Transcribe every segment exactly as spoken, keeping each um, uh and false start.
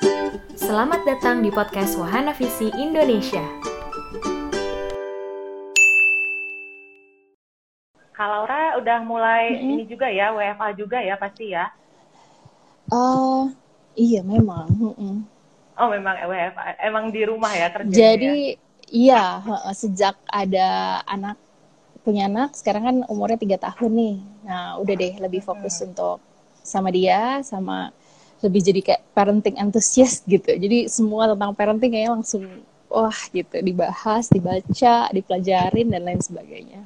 Selamat datang di podcast Wahana Visi Indonesia. Kak Laura udah mulai Mm-mm. ini juga ya, W F H juga ya pasti ya? Oh, iya memang. Mm-mm. Oh memang W F H, emang di rumah ya kerjanya ya? Jadi iya, heeh, sejak ada anak punya anak, sekarang kan umurnya tiga tahun nih. Nah, udah deh lebih fokus Mhm. untuk sama dia, sama lebih jadi kayak parenting enthusiast gitu. Jadi semua tentang parenting kayaknya langsung wah gitu dibahas, dibaca, dipelajarin dan lain sebagainya.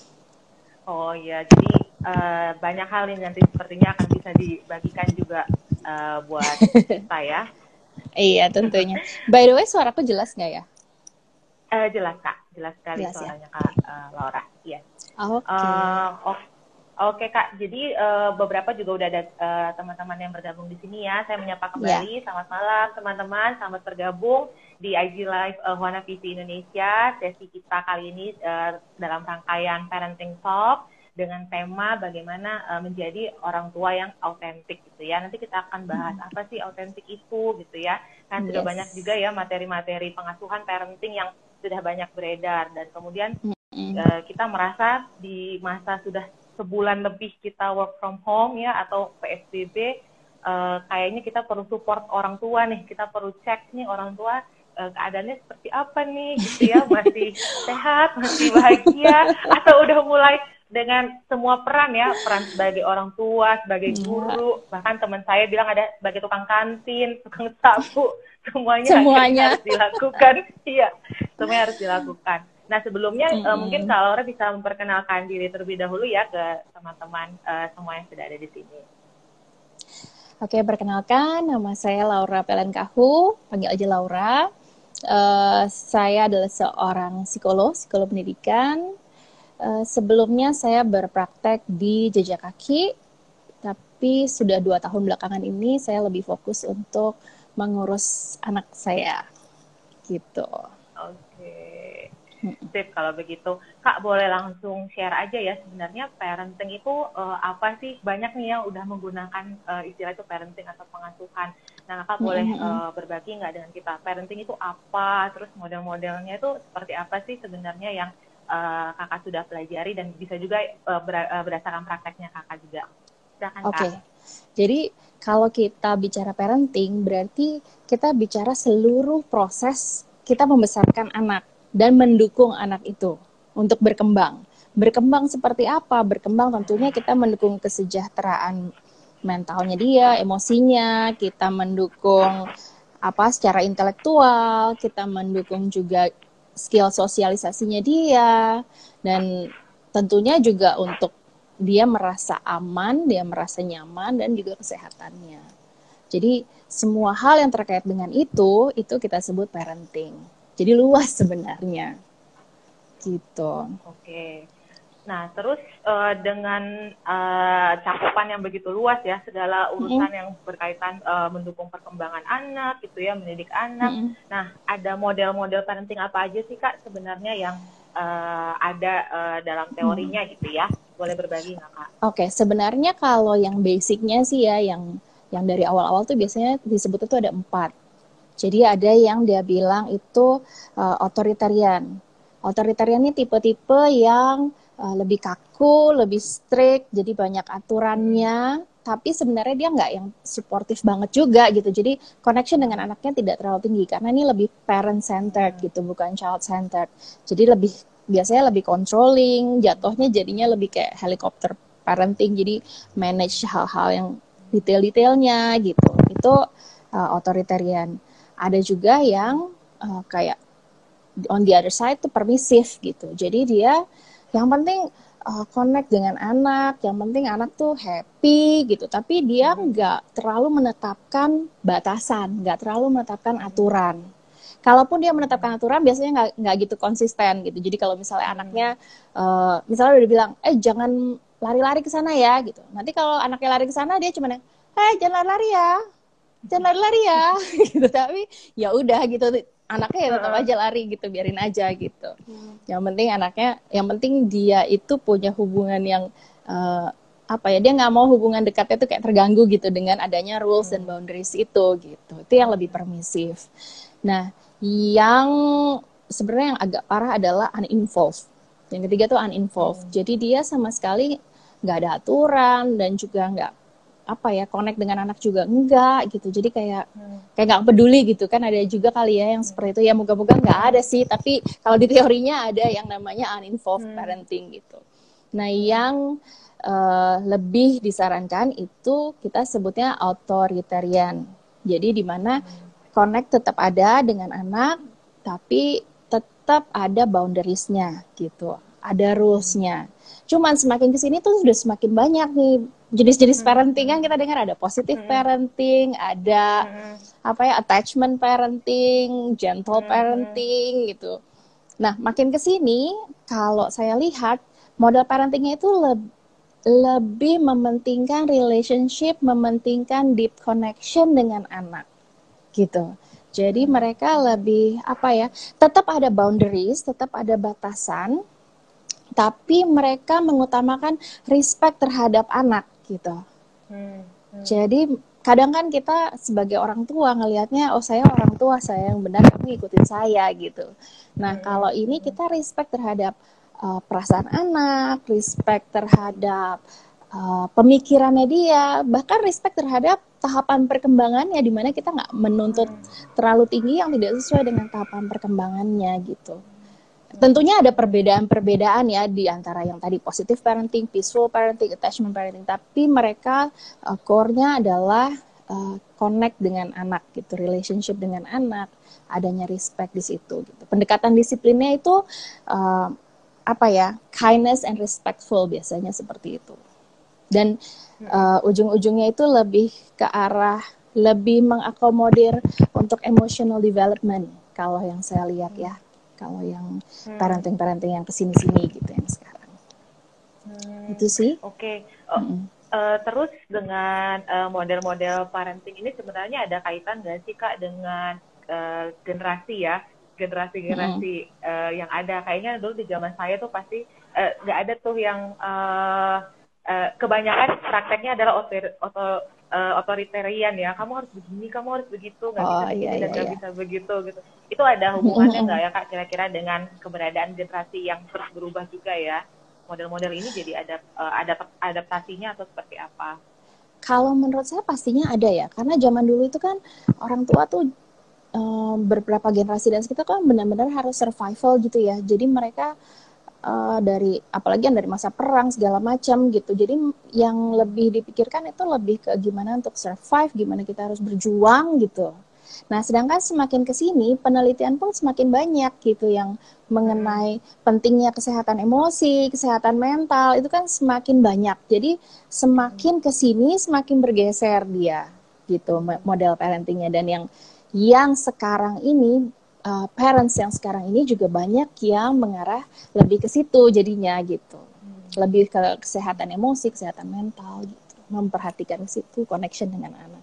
Oh iya, jadi eh, banyak hal yang nanti sepertinya akan bisa dibagikan juga eh, buat kita ya. Iya, tentunya. By the way, suaraku jelas nggak ya? Eh, jelas Kak, jelas sekali Jelas ya. suaranya Kak eh, Laura. Iya. Oke. Eh, oh, Oke Kak, jadi uh, beberapa juga udah ada uh, teman-teman yang bergabung di sini ya. Saya menyapa Ya. kembali. Selamat malam teman-teman, selamat bergabung di I G Live uh, Wahana Visi Indonesia. Sesi kita kali ini uh, dalam rangkaian Parenting Talk dengan tema bagaimana uh, menjadi orang tua yang autentik gitu ya. Nanti kita akan bahas hmm. apa sih autentik itu gitu ya. Kan sudah Yes. banyak juga ya materi-materi pengasuhan parenting yang sudah banyak beredar dan kemudian Mm-hmm. uh, kita merasa di masa sudah sebulan lebih kita work from home ya atau P S B B uh, kayaknya kita perlu support orang tua nih, kita perlu cek nih orang tua uh, keadaannya seperti apa nih gitu ya, masih sehat, masih bahagia atau udah mulai dengan semua peran ya, peran sebagai orang tua, sebagai guru, bahkan teman saya bilang ada sebagai tukang kantin, tukang sapu, semuanya, semuanya. harus dilakukan. Iya, semuanya harus dilakukan. Nah sebelumnya mm-hmm. uh, mungkin Kak Laura bisa memperkenalkan diri terlebih dahulu ya ke teman-teman uh, semua yang sudah ada di sini. Oke, perkenalkan nama saya Laura Pelenkahu, panggil aja Laura. Uh, saya adalah seorang psikolog, psikolog pendidikan. Uh, sebelumnya saya berpraktek di Jejak Kaki, tapi sudah dua tahun belakangan ini saya lebih fokus untuk mengurus anak saya, gitu. Oke. Sip, kalau begitu. Kak, boleh langsung share aja ya, sebenarnya parenting itu uh, apa sih? Banyak nih yang udah menggunakan uh, istilah itu parenting atau pengasuhan. Nah, Kak boleh uh, berbagi nggak dengan kita? Parenting itu apa? Terus model-modelnya itu seperti apa sih sebenarnya yang uh, Kakak sudah pelajari dan bisa juga uh, ber- uh, berdasarkan prakteknya Kakak juga. Silakan, Kak. Oke, okay. Jadi kalau kita bicara parenting, berarti kita bicara seluruh proses kita membesarkan anak dan mendukung anak itu untuk berkembang. Berkembang seperti apa? Berkembang tentunya kita mendukung kesejahteraan mentalnya dia, emosinya, kita mendukung apa secara intelektual, kita mendukung juga skill sosialisasinya dia, dan tentunya juga untuk dia merasa aman, dia merasa nyaman, dan juga kesehatannya. Jadi semua hal yang terkait dengan itu, itu kita sebut parenting. Jadi luas sebenarnya, gitu. Oke. Nah, terus uh, dengan uh, cakupan yang begitu luas ya, segala urusan mm-hmm. yang berkaitan uh, mendukung perkembangan anak, gitu ya, mendidik anak. Mm-hmm. Nah, ada model-model parenting apa aja sih Kak sebenarnya yang uh, ada uh, dalam teorinya mm-hmm. gitu ya? Boleh berbagi nggak Kak? Oke, okay, sebenarnya kalau yang basicnya sih ya, yang yang dari awal-awal tuh biasanya disebut itu ada empat. Jadi ada yang dia bilang itu uh, otoritarian. Otoritarian ini tipe-tipe yang uh, lebih kaku, lebih strict, jadi banyak aturannya. Tapi sebenarnya dia nggak yang supportive banget juga gitu. Jadi connection dengan anaknya tidak terlalu tinggi karena ini lebih parent-centered gitu, bukan child-centered. Jadi lebih biasanya lebih controlling, jatuhnya jadinya lebih kayak helikopter parenting. Jadi manage hal-hal yang detail-detailnya gitu. Itu uh, otoritarian. Ada juga yang uh, kayak on the other side tuh permisif gitu. Jadi dia yang penting uh, connect dengan anak, yang penting anak tuh happy gitu. Tapi dia nggak terlalu menetapkan batasan, nggak terlalu menetapkan aturan. Kalaupun dia menetapkan aturan, biasanya nggak nggak gitu konsisten gitu. Jadi kalau misalnya anaknya, uh, misalnya udah bilang, eh jangan lari-lari ke sana ya gitu. Nanti kalau anaknya lari ke sana, dia cuma, eh jangan lari-lari ya. Jangan lari-lari ya gitu, tapi ya udah gitu anaknya ya tetap aja lari gitu, biarin aja gitu. Hmm. Yang penting anaknya, yang penting dia itu punya hubungan yang uh, apa ya, dia nggak mau hubungan dekatnya tuh kayak terganggu gitu dengan adanya rules dan boundaries itu gitu. Itu yang lebih permisif. Nah, yang sebenarnya yang agak parah adalah uninvolved. Yang ketiga tuh uninvolved. Hmm. Jadi dia sama sekali nggak ada aturan dan juga nggak apa ya, connect dengan anak juga enggak gitu. Jadi kayak hmm. kayak nggak peduli gitu kan. Ada juga kali ya yang seperti itu. Ya moga-moga nggak ada sih. Tapi kalau di teorinya ada yang namanya uninvolved Hmm. parenting gitu. Nah, yang uh, lebih disarankan itu kita sebutnya authoritarian. Jadi di mana connect tetap ada dengan anak, tapi tetap ada boundariesnya gitu, ada rulesnya. Cuman semakin kesini tuh sudah semakin banyak nih jenis-jenis parenting kan kita dengar ada positive parenting, ada apa ya attachment parenting, gentle parenting gitu. Nah makin kesini kalau saya lihat model parentingnya itu lebih lebih mementingkan relationship, mementingkan deep connection dengan anak gitu. Jadi mereka lebih apa ya, tetap ada boundaries, tetap ada batasan, tapi mereka mengutamakan respect terhadap anak gitu. Hmm. Hmm. Jadi kadang kan kita sebagai orang tua ngelihatnya, oh saya orang tua, saya yang benar, kamu ikutin saya gitu. Nah Hmm. kalau ini kita respect terhadap uh, perasaan anak, respect terhadap uh, pemikirannya dia, bahkan respect terhadap tahapan perkembangannya, di mana kita nggak menuntut terlalu tinggi yang tidak sesuai dengan tahapan perkembangannya gitu. Tentunya ada perbedaan-perbedaan ya di antara yang tadi positive parenting, peaceful parenting, attachment parenting, tapi mereka uh, core-nya adalah uh, connect dengan anak gitu, relationship dengan anak, adanya respect di situ gitu. Pendekatan disiplinnya itu uh, apa ya, kindness and respectful biasanya seperti itu. Dan uh, ujung-ujungnya itu lebih ke arah lebih mengakomodir untuk emotional development kalau yang saya lihat ya. Kalau yang parenting-parenting yang kesini-sini gitu yang sekarang. Hmm. Itu sih. Oke. Okay. Oh, mm-hmm. uh, terus dengan uh, model-model parenting ini sebenarnya ada kaitan nggak sih Kak dengan uh, generasi ya? Generasi-generasi mm-hmm. uh, yang ada. Kayaknya dulu di zaman saya tuh pasti nggak uh, ada tuh yang uh, uh, kebanyakan prakteknya adalah otor, otor, uh, otoritarian ya. Kamu harus begini, kamu harus begitu, nggak oh, bisa begini iya, dan nggak iya. bisa begitu gitu. Itu ada hubungannya nggak ya Kak kira-kira dengan keberadaan generasi yang terus berubah juga ya? Model-model ini jadi ada ada adaptasinya atau seperti apa? Kalau menurut saya pastinya ada ya, karena zaman dulu itu kan orang tua tuh um, beberapa generasi dan kita kan benar-benar harus survival gitu ya. Jadi mereka uh, dari apalagi yang dari masa perang segala macam gitu. Jadi yang lebih dipikirkan itu lebih ke gimana untuk survive, gimana kita harus berjuang gitu. Nah, sedangkan semakin kesini penelitian pun semakin banyak gitu yang mengenai pentingnya kesehatan emosi, kesehatan mental itu kan semakin banyak. Jadi semakin kesini semakin bergeser dia gitu model parentingnya. Dan yang yang sekarang ini uh, parents yang sekarang ini juga banyak yang mengarah lebih ke situ jadinya gitu, lebih ke kesehatan emosi, kesehatan mental gitu, memperhatikan ke situ connection dengan anak.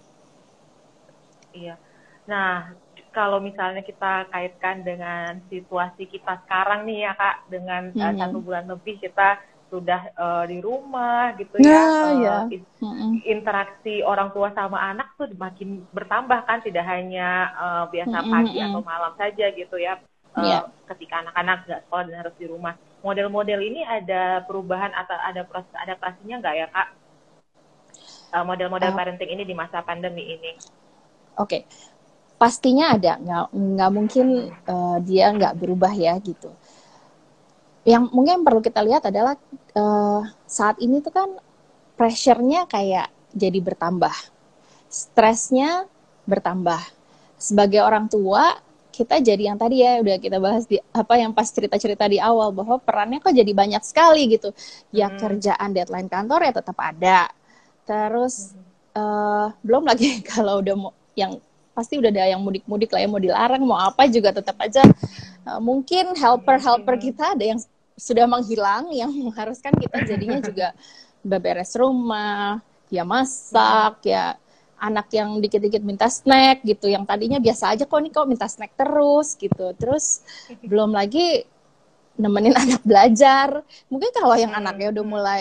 Iya. Nah, kalau misalnya kita kaitkan dengan situasi kita sekarang nih ya Kak, dengan mm-hmm. uh, satu bulan lebih kita sudah uh, di rumah gitu ya, nah, uh, yeah. in- mm-hmm. interaksi orang tua sama anak tuh makin bertambah kan, tidak hanya uh, biasa mm-hmm. pagi atau malam saja gitu ya, uh, yeah. ketika anak-anak nggak sekolah dan harus di rumah. Model-model ini ada perubahan atau ada proses adaptasinya nggak ya Kak? Uh, model-model uh. parenting ini di masa pandemi ini? Oke. Okay. Pastinya ada, nggak nggak mungkin uh, dia nggak berubah ya gitu. Yang mungkin perlu kita lihat adalah uh, saat ini tuh kan pressure-nya kayak jadi bertambah, stresnya bertambah. Sebagai orang tua kita jadi yang tadi ya udah kita bahas di apa yang pas cerita-cerita di awal bahwa perannya kok jadi banyak sekali gitu. Ya hmm. kerjaan deadline kantor ya tetap ada. Terus uh, belum lagi kalau udah mau yang pasti udah ada yang mudik-mudik lah ya, mau dilarang, mau apa juga tetap aja uh, mungkin helper-helper kita ada yang sudah menghilang, yang mengharuskan kita jadinya juga beberes rumah, ya masak, ya anak yang dikit-dikit minta snack gitu, yang tadinya biasa aja kok nih kok minta snack terus gitu, terus belum lagi nemenin anak belajar. Mungkin kalau yang anaknya udah mulai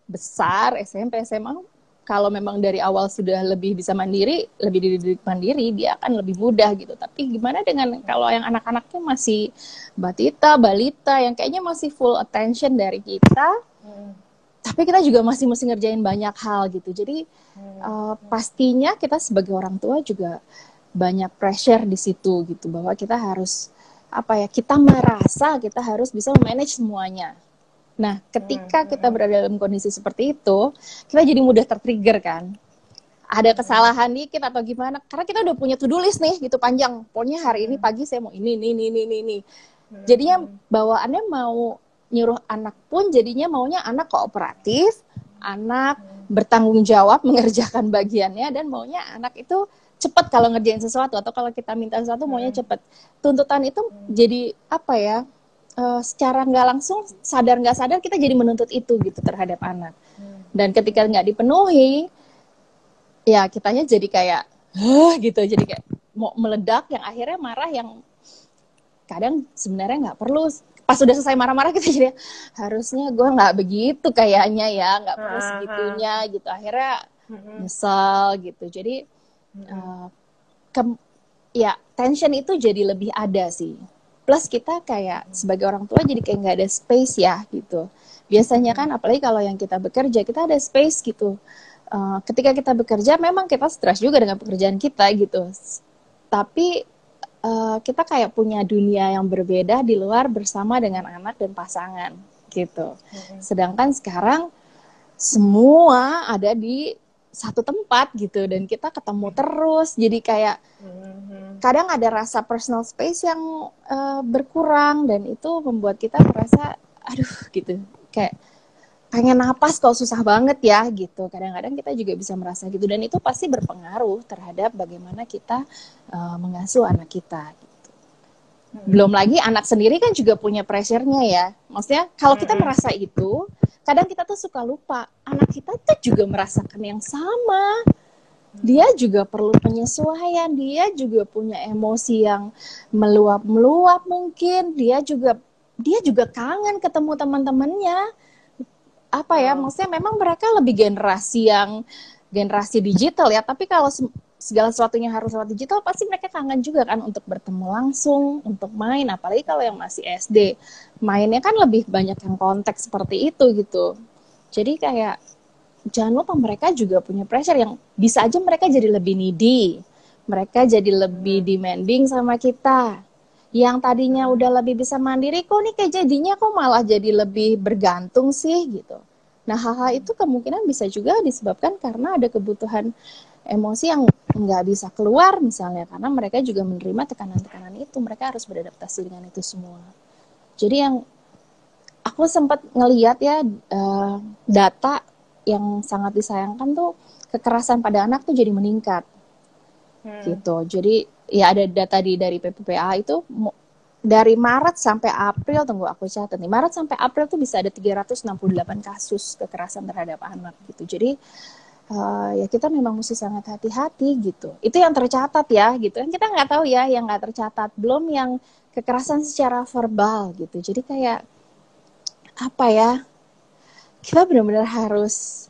besar, S M P, S M A, kalau memang dari awal sudah lebih bisa mandiri, lebih dididik mandiri, dia akan lebih mudah gitu. Tapi gimana dengan kalau yang anak-anaknya masih batita, balita, yang kayaknya masih full attention dari kita, hmm. tapi kita juga masih mesti ngerjain banyak hal gitu. Jadi hmm. uh, pastinya kita sebagai orang tua juga banyak pressure di situ gitu, bahwa kita harus apa ya, kita merasa kita harus bisa manage semuanya. Nah, ketika kita berada dalam kondisi seperti itu, kita jadi mudah tertrigger kan. Ada kesalahan dikit atau gimana, karena kita udah punya to-do list nih, gitu panjang. Pokoknya hari ini pagi saya mau ini, ini, ini, ini, ini. Jadinya bawaannya mau nyuruh anak pun, jadinya maunya anak kooperatif, anak bertanggung jawab mengerjakan bagiannya, dan maunya anak itu cepat kalau ngerjain sesuatu, atau kalau kita minta sesuatu maunya cepat. Tuntutan itu jadi apa ya, Uh, secara nggak langsung, sadar nggak sadar kita jadi menuntut itu gitu terhadap anak. Dan ketika nggak dipenuhi, ya kitanya jadi kayak, huh, gitu, jadi kayak mau meledak, yang akhirnya marah, yang kadang sebenarnya nggak perlu. Pas sudah selesai marah-marah kita jadi, harusnya gue nggak begitu kayaknya ya, nggak perlu segitunya gitu. Akhirnya nyesel gitu. Jadi uh, ke- ya tension itu jadi lebih ada sih. Plus kita kayak sebagai orang tua jadi kayak nggak ada space ya gitu. Biasanya kan apalagi kalau yang kita bekerja, kita ada space gitu. Uh, ketika kita bekerja memang kita stres juga dengan pekerjaan kita gitu. Tapi uh, kita kayak punya dunia yang berbeda di luar bersama dengan anak dan pasangan gitu. Sedangkan sekarang semua ada di satu tempat gitu, dan kita ketemu terus, jadi kayak kadang ada rasa personal space yang uh, berkurang, dan itu membuat kita merasa aduh gitu, kayak pengen napas kok susah banget ya gitu. Kadang-kadang kita juga bisa merasa gitu, dan itu pasti berpengaruh terhadap bagaimana kita uh, mengasuh anak kita gitu. Belum lagi anak sendiri kan juga punya pressure-nya ya, maksudnya kalau kita merasa itu, kadang kita tuh suka lupa, anak kita tuh juga merasakan yang sama. Dia juga perlu penyesuaian, dia juga punya emosi yang meluap-meluap mungkin, dia juga dia juga kangen ketemu teman-temannya. Apa ya, maksudnya memang mereka lebih generasi yang generasi digital ya, tapi kalau segala sesuatunya harus lewat digital, pasti mereka kangen juga kan untuk bertemu langsung, untuk main. Apalagi kalau yang masih S D, mainnya kan lebih banyak yang konteks seperti itu gitu. Jadi kayak jangan lupa mereka juga punya pressure yang bisa aja mereka jadi lebih needy, mereka jadi lebih demanding sama kita. Yang tadinya udah lebih bisa mandiri, kok nih kayak jadinya kok malah jadi lebih bergantung sih gitu. Nah, hal-hal itu kemungkinan bisa juga disebabkan karena ada kebutuhan emosi yang nggak bisa keluar misalnya, karena mereka juga menerima tekanan-tekanan itu, mereka harus beradaptasi dengan itu semua. Jadi yang aku sempat ngelihat ya, uh, data yang sangat disayangkan tuh kekerasan pada anak tuh jadi meningkat hmm. gitu. Jadi ya ada data di dari P P P A itu dari Maret sampai April, tunggu aku catat nih, Maret sampai April tuh bisa ada tiga ratus enam puluh delapan kasus kekerasan terhadap anak gitu. Jadi Uh, ya kita memang mesti sangat hati-hati gitu. Itu yang tercatat ya gitu kan, kita nggak tahu ya yang nggak tercatat, belum yang kekerasan secara verbal gitu. Jadi kayak apa ya, kita benar-benar harus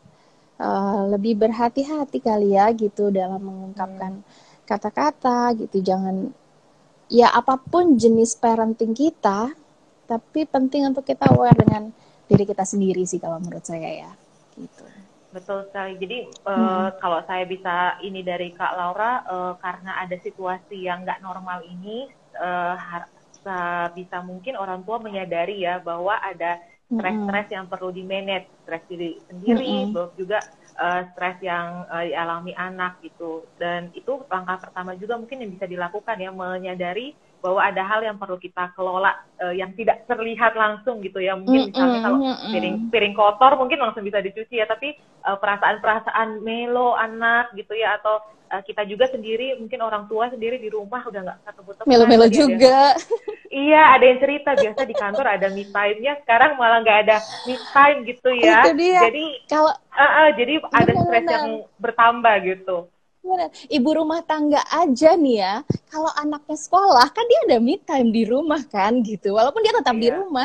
uh, lebih berhati-hati kali ya gitu dalam mengungkapkan hmm. kata-kata gitu. Jangan ya apapun jenis parenting kita, tapi penting untuk kita aware dengan diri kita sendiri sih kalau menurut saya ya gitu. Betul sekali. Jadi uh, hmm. kalau saya bisa ini dari Kak Laura, uh, karena ada situasi yang nggak normal ini, uh, har- bisa mungkin orang tua menyadari ya bahwa ada stres-stres hmm. yang perlu di-manage, stres diri sendiri, hmm. belum juga uh, stres yang uh, dialami anak gitu. Dan itu langkah pertama juga mungkin yang bisa dilakukan ya, menyadari bahwa ada hal yang perlu kita kelola uh, yang tidak terlihat langsung gitu ya. Mungkin misalnya kalau piring piring kotor mungkin langsung bisa dicuci ya, tapi uh, perasaan-perasaan melo anak gitu ya, atau uh, kita juga sendiri, mungkin orang tua sendiri di rumah udah nggak ketemu-temu. Melo-melo juga. Ada, iya, ada yang cerita biasa di kantor ada me time-nya, sekarang malah nggak ada me time gitu ya. Itu dia. Jadi kalau uh, uh, jadi ada stres yang bertambah gitu. Benar. Ibu rumah tangga aja nih ya, kalau anaknya sekolah kan dia ada me time di rumah kan gitu, walaupun dia tetap yeah. di rumah,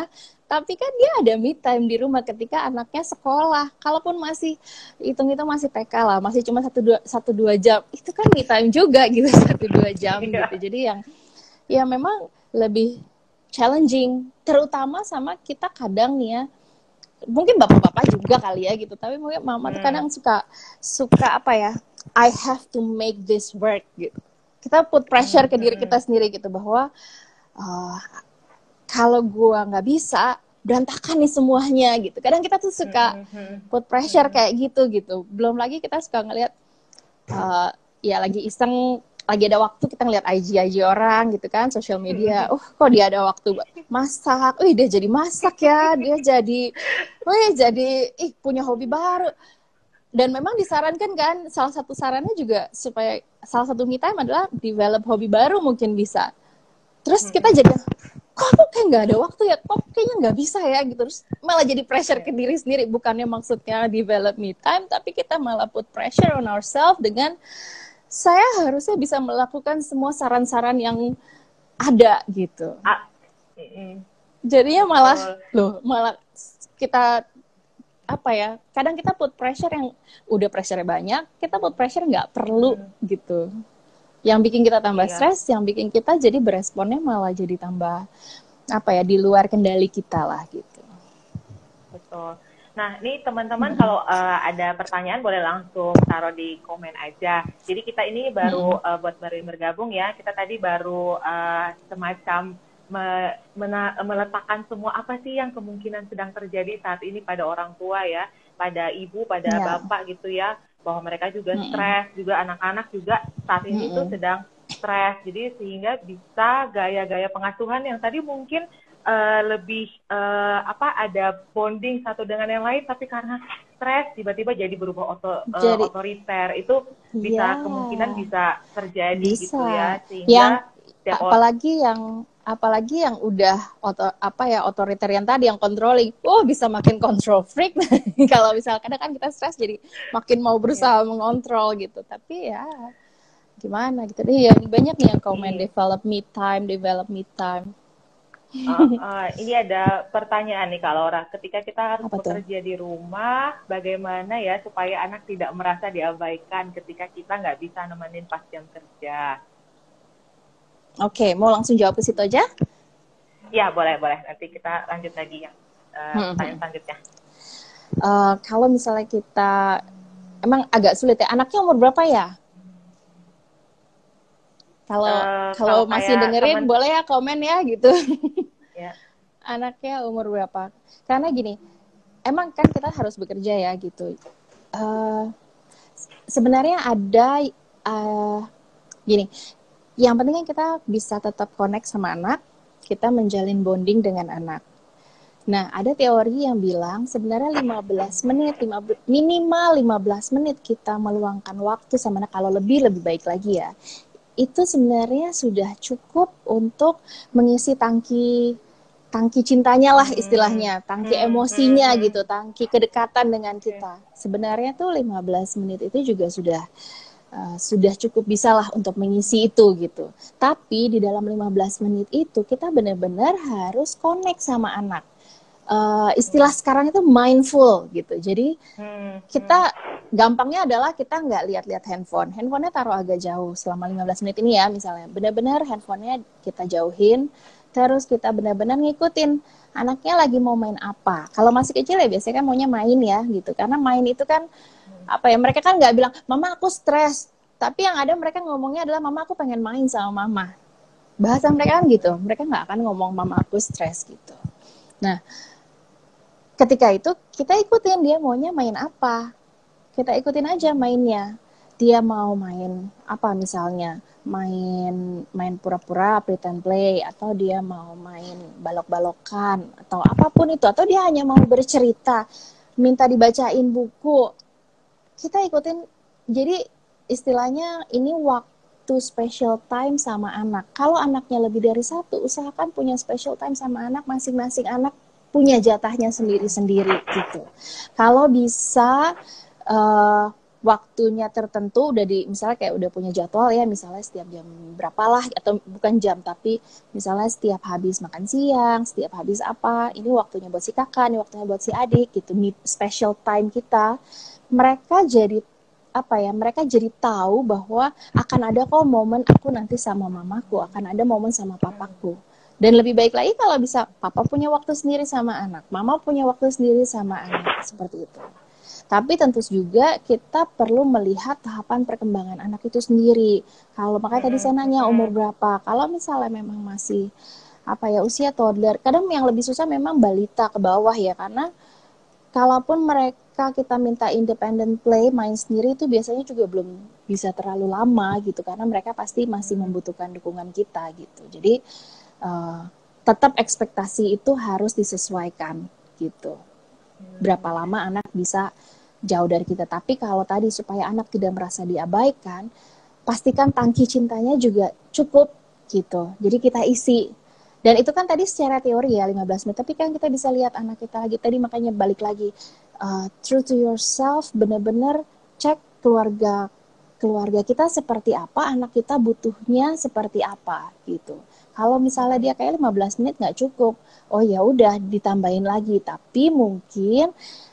Tapi kan dia ada me time di rumah ketika anaknya sekolah. Kalaupun masih hitung-hitung masih T K lah, masih cuma satu dua satu dua jam, itu kan me time juga gitu satu dua jam gitu. Jadi yang ya memang lebih challenging, terutama sama kita kadang nih ya, mungkin bapak-bapak juga kali ya gitu, tapi mungkin mama tuh kadang suka suka apa ya, I have to make this work gitu. Kita put pressure ke diri kita sendiri gitu bahwa uh, kalau gua nggak bisa, berantakan nih semuanya gitu. Kadang kita tuh suka put pressure kayak gitu gitu. Belum lagi kita suka ngelihat uh, ya lagi iseng, lagi ada waktu kita ngeliat I G I G orang gitu kan, sosial media. Oh, kok dia ada waktu masak. Wih, dia jadi masak ya. Dia jadi wih, jadi ih punya hobi baru. Dan memang disarankan kan, salah satu sarannya juga supaya salah satu me time adalah develop hobi baru mungkin bisa. Terus kita jadi kok aku kayak nggak ada waktu ya, kok kayaknya nggak bisa ya gitu. Terus malah jadi pressure ke diri sendiri, bukannya maksudnya develop me time, tapi kita malah put pressure on ourselves dengan saya harusnya bisa melakukan semua saran-saran yang ada gitu. Ah, mm-mm. Jadinya malah loh, malah kita apa ya? Kadang kita put pressure yang udah pressure banyak, kita put pressure nggak perlu hmm. gitu. Yang bikin kita tambah iya. stres, yang bikin kita jadi beresponnya malah jadi tambah apa ya, di luar kendali kita lah gitu. Betul. Nah, ini teman-teman hmm. kalau uh, ada pertanyaan boleh langsung taruh di komen aja. Jadi kita ini baru hmm. uh, buat baru bergabung ya. Kita tadi baru uh, semacam me- mena- meletakkan semua apa sih yang kemungkinan sedang terjadi saat ini pada orang tua ya, pada ibu, pada yeah. bapak gitu ya, bahwa mereka juga hmm. stres, juga anak-anak juga saat ini hmm. tuh sedang stres. Jadi sehingga bisa gaya-gaya pengasuhan yang tadi mungkin Uh, lebih uh, apa ada bonding satu dengan yang lain, tapi karena stres tiba-tiba jadi berubah oto, jadi, uh, otoriter, itu bisa ya, kemungkinan bisa terjadi bisa. Gitu ya, sehingga yang apalagi or- yang apalagi yang udah oto, apa ya otoritarian tadi yang controlling, oh bisa makin control freak. Kalau misalkan kadang kan kita stres jadi makin mau berusaha ya. mengontrol gitu, tapi ya gimana gitu deh. Ya banyak nih yang komen hmm. develop me time, develop me time. Uh, uh, ini ada pertanyaan nih Kak Laura, ketika kita harus Apa bekerja tuh? di rumah, bagaimana ya supaya anak tidak merasa diabaikan ketika kita nggak bisa nemenin pas jam kerja? Oke, okay, mau langsung jawab ke situ aja? Ya boleh boleh, nanti kita lanjut lagi ya uh, hmm. pertanyaan selanjutnya. Uh, kalau misalnya kita emang agak sulit ya, anaknya umur berapa ya? Kalau uh, kalau masih dengerin temen... boleh ya komen ya gitu. Yeah. Anaknya umur berapa? Karena gini, emang kan kita harus bekerja ya gitu. Uh, sebenarnya ada uh, gini, yang penting kan kita bisa tetap connect sama anak, kita menjalin bonding dengan anak. Nah, ada teori yang bilang sebenarnya lima belas menit, lima belas, minimal lima belas menit kita meluangkan waktu sama anak, kalau lebih lebih baik lagi ya. Itu sebenarnya sudah cukup untuk mengisi tangki tangki cintanya lah istilahnya, tangki emosinya gitu, tangki kedekatan dengan kita. Sebenarnya tuh lima belas menit itu juga sudah uh, sudah cukup bisa lah untuk mengisi itu gitu. Tapi di dalam lima belas menit itu kita benar-benar harus connect sama anak. Uh, istilah sekarang itu mindful gitu. Jadi kita gampangnya adalah kita nggak lihat-lihat handphone. Handphonenya taruh agak jauh selama lima belas menit ini ya misalnya. Benar-benar handphonenya kita jauhin. Terus kita benar-benar ngikutin anaknya lagi mau main apa. Kalau masih kecil ya biasanya kan maunya main ya gitu. Karena main itu kan apa ya, mereka kan nggak bilang mama aku stres. Tapi yang ada mereka ngomongnya adalah mama aku pengen main sama mama. Bahasa mereka kan gitu. Mereka nggak akan ngomong mama aku stres gitu. Nah, ketika itu kita ikutin dia maunya main apa. Kita ikutin aja mainnya. Dia mau main apa misalnya, main main pura-pura, pretend play, atau dia mau main balok-balokan, atau apapun itu, atau dia hanya mau bercerita, minta dibacain buku. Kita ikutin. Jadi istilahnya ini waktu special time sama anak. Kalau anaknya lebih dari satu, usahakan punya special time sama anak, masing-masing anak punya jatahnya sendiri-sendiri gitu. Kalau bisa uh, waktunya tertentu udah di misalnya kayak udah punya jadwal ya, misalnya setiap jam berapa lah, atau bukan jam tapi misalnya setiap habis makan siang, setiap habis apa, ini waktunya buat si kakak, ini waktunya buat si adik gitu, special time kita. Mereka jadi apa ya, mereka jadi tahu bahwa akan ada kok momen aku nanti sama mamaku, akan ada momen sama papaku. Dan lebih baik lagi kalau bisa papa punya waktu sendiri sama anak, mama punya waktu sendiri sama anak, seperti itu. Tapi tentu juga kita perlu melihat tahapan perkembangan anak itu sendiri. Kalau makanya tadi saya nanya umur berapa, kalau misalnya memang masih apa ya usia toddler, kadang yang lebih susah memang balita ke bawah ya, karena kalaupun mereka kita minta independent play, main sendiri, itu biasanya juga belum bisa terlalu lama gitu, karena mereka pasti masih membutuhkan dukungan kita gitu. Jadi uh, tetap ekspektasi itu harus disesuaikan gitu. Berapa lama anak bisa jauh dari kita. Tapi kalau tadi supaya anak tidak merasa diabaikan, pastikan tangki cintanya juga cukup gitu. Jadi kita isi. Dan itu kan tadi secara teori ya lima belas menit, tapi kan kita bisa lihat anak kita lagi. Tadi makanya balik lagi, uh, true to yourself, benar-benar cek keluarga keluarga kita seperti apa, anak kita butuhnya seperti apa gitu. Kalau misalnya dia kayak lima belas menit nggak cukup, oh ya udah ditambahin lagi. Tapi mungkin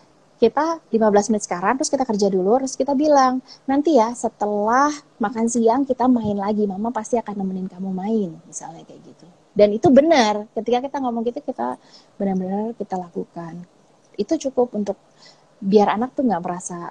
kita lima belas menit sekarang, terus kita kerja dulu, terus kita bilang, nanti ya setelah makan siang kita main lagi, mama pasti akan nemenin kamu main, misalnya kayak gitu. Dan itu benar, ketika kita ngomong gitu, kita benar-benar kita lakukan. Itu cukup untuk biar anak tuh nggak merasa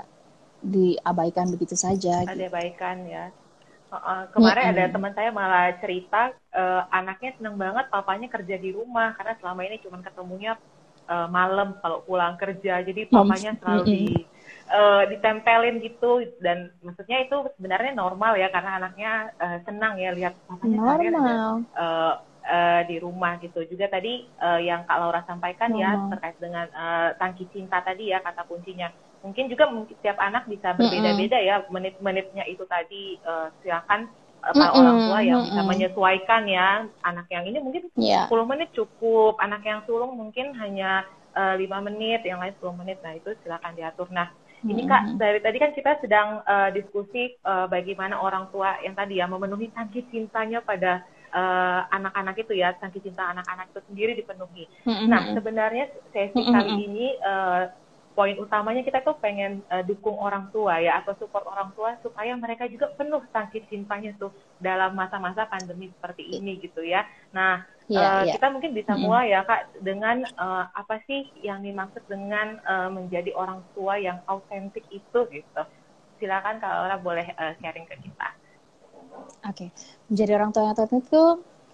diabaikan begitu saja. Ada gitu. Abaikan ya. Uh, kemarin mm-hmm. ada teman saya malah cerita, uh, anaknya seneng banget papanya kerja di rumah, karena selama ini cuma ketemunya Uh, malam kalau pulang kerja, jadi papanya selalu di uh, ditempelin gitu, dan maksudnya itu sebenarnya normal ya, karena anaknya uh, senang ya lihat papanya seharian ada uh, uh, di rumah gitu. Juga tadi uh, yang Kak Laura sampaikan normal. Ya terkait dengan uh, tangki cinta tadi ya, kata kuncinya. Mungkin juga mungkin setiap anak bisa berbeda-beda ya menit-menitnya itu tadi, uh, silakan para mm-mm, orang tua yang mm-mm. bisa menyesuaikan ya, anak yang ini mungkin yeah. sepuluh menit cukup, anak yang sulung mungkin hanya uh, lima menit, yang lain sepuluh menit, nah itu silakan diatur. Nah mm-hmm. ini Kak, dari tadi kan kita sedang uh, diskusi uh, bagaimana orang tua yang tadi ya memenuhi tangki cintanya pada uh, anak-anak itu ya, tangki cinta anak-anak itu sendiri dipenuhi. Mm-hmm. Nah sebenarnya sesi mm-hmm. kali ini uh, poin utamanya kita tuh pengen uh, dukung orang tua ya, atau support orang tua supaya mereka juga penuh tangki cintanya tuh dalam masa-masa pandemi seperti ini gitu ya. Nah yeah, uh, yeah. kita mungkin bisa mulai ya Kak dengan uh, apa sih yang dimaksud dengan uh, menjadi orang tua yang autentik itu gitu. Silakan Kak Laura boleh uh, sharing ke kita. Oke, okay. Menjadi orang tua yang autentik itu,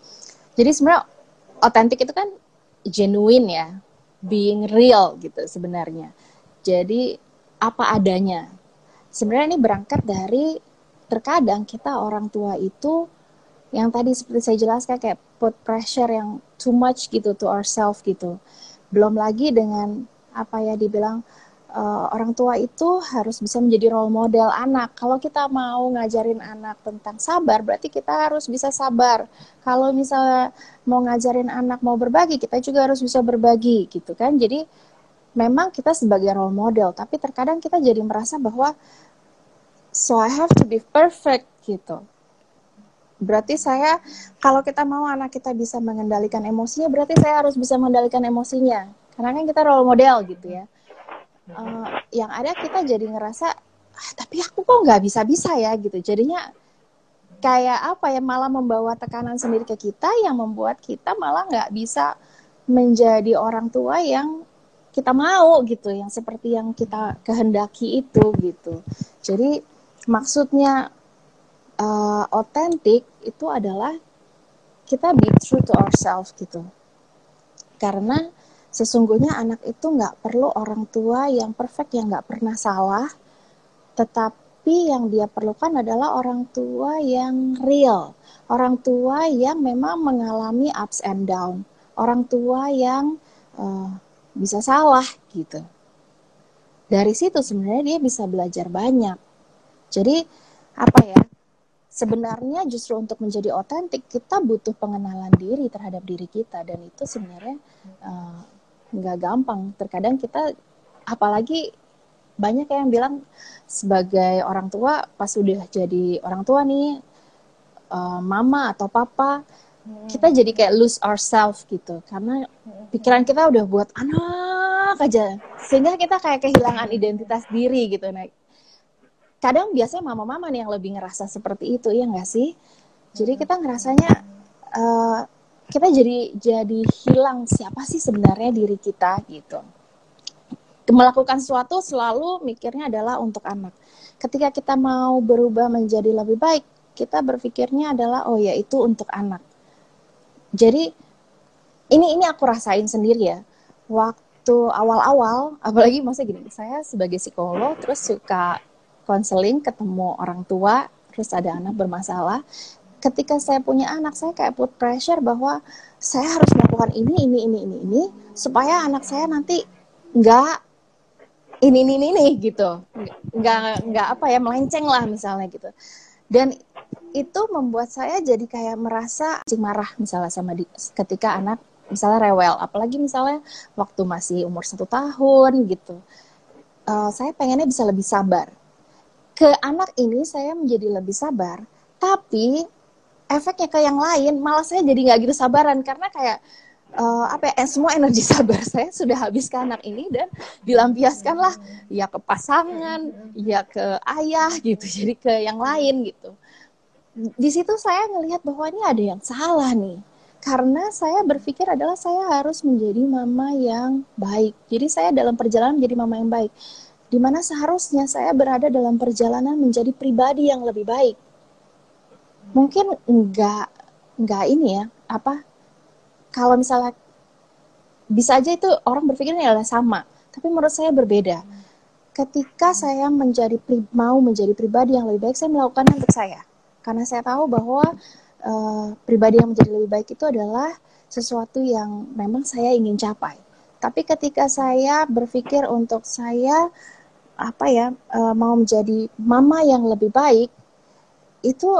jadi sebenarnya autentik itu kan genuine ya, being real gitu sebenarnya. Jadi apa adanya. Sebenarnya ini berangkat dari terkadang kita orang tua itu yang tadi seperti saya jelaskan kayak put pressure yang too much gitu to ourselves gitu. Belum lagi dengan apa ya dibilang uh, orang tua itu harus bisa menjadi role model anak. Kalau kita mau ngajarin anak tentang sabar, berarti kita harus bisa sabar. Kalau misalnya mau ngajarin anak mau berbagi, kita juga harus bisa berbagi gitu kan. Jadi memang kita sebagai role model, tapi terkadang kita jadi merasa bahwa so I have to be perfect gitu. Berarti saya, kalau kita mau anak kita bisa mengendalikan emosinya, berarti saya harus bisa mengendalikan emosinya. Karena kan kita role model gitu ya. Uh, yang ada kita jadi ngerasa, ah, tapi aku kok nggak bisa-bisa ya gitu. Jadinya kayak apa ya, malah membawa tekanan sendiri ke kita yang membuat kita malah nggak bisa menjadi orang tua yang kita mau gitu, yang seperti yang kita kehendaki itu gitu. Jadi maksudnya uh, otentik itu adalah kita be true to ourselves gitu. Karena sesungguhnya anak itu nggak perlu orang tua yang perfect, yang nggak pernah salah, tetapi yang dia perlukan adalah orang tua yang real, orang tua yang memang mengalami ups and down, orang tua yang uh, bisa salah gitu. Dari situ sebenarnya dia bisa belajar banyak. Jadi apa ya? Sebenarnya justru untuk menjadi otentik kita butuh pengenalan diri terhadap diri kita, dan itu sebenarnya uh, nggak gampang. Terkadang kita apalagi banyak yang bilang sebagai orang tua pas udah jadi orang tua nih, uh, mama atau papa, kita jadi kayak lose ourselves gitu, karena pikiran kita udah buat anak aja, sehingga kita kayak kehilangan identitas diri gitu. Nah, kadang biasanya mama-mama nih yang lebih ngerasa seperti itu, ya nggak sih? Jadi kita ngerasanya uh, kita jadi jadi hilang siapa sih sebenarnya diri kita gitu. Melakukan sesuatu selalu mikirnya adalah untuk anak. Ketika kita mau berubah menjadi lebih baik, kita berpikirnya adalah oh ya itu untuk anak. Jadi ini ini aku rasain sendiri ya. Waktu awal-awal, apalagi masa gini, saya sebagai psikolog terus suka konseling, ketemu orang tua, terus ada anak bermasalah. Ketika saya punya anak, saya kayak put pressure bahwa saya harus melakukan ini, ini, ini, ini, ini, supaya anak saya nanti nggak ini, ini, ini, ini gitu, nggak nggak apa ya melenceng lah misalnya gitu. Dan itu membuat saya jadi kayak merasa marah misalnya sama di, ketika anak misalnya rewel, apalagi misalnya waktu masih umur satu tahun gitu. Uh, saya pengennya bisa lebih sabar. Ke anak ini saya menjadi lebih sabar, tapi efeknya ke yang lain malah saya jadi nggak gitu sabaran, karena kayak uh, apa ya, semua energi sabar saya sudah habis ke anak ini dan dilampiaskanlah ya ke pasangan, ya ke ayah gitu, jadi ke yang lain gitu. Di situ saya ngelihat bahwa ini ada yang salah nih, karena saya berpikir adalah saya harus menjadi mama yang baik. Jadi saya dalam perjalanan menjadi mama yang baik, dimana seharusnya saya berada dalam perjalanan menjadi pribadi yang lebih baik. Mungkin enggak enggak ini ya, apa, kalau misalnya bisa aja itu orang berpikirnya adalah sama, tapi menurut saya berbeda. Ketika saya menjadi mau menjadi pribadi yang lebih baik, saya melakukannya untuk saya. Karena saya tahu bahwa uh, pribadi yang menjadi lebih baik itu adalah sesuatu yang memang saya ingin capai. Tapi ketika saya berpikir untuk saya apa ya uh, mau menjadi mama yang lebih baik, itu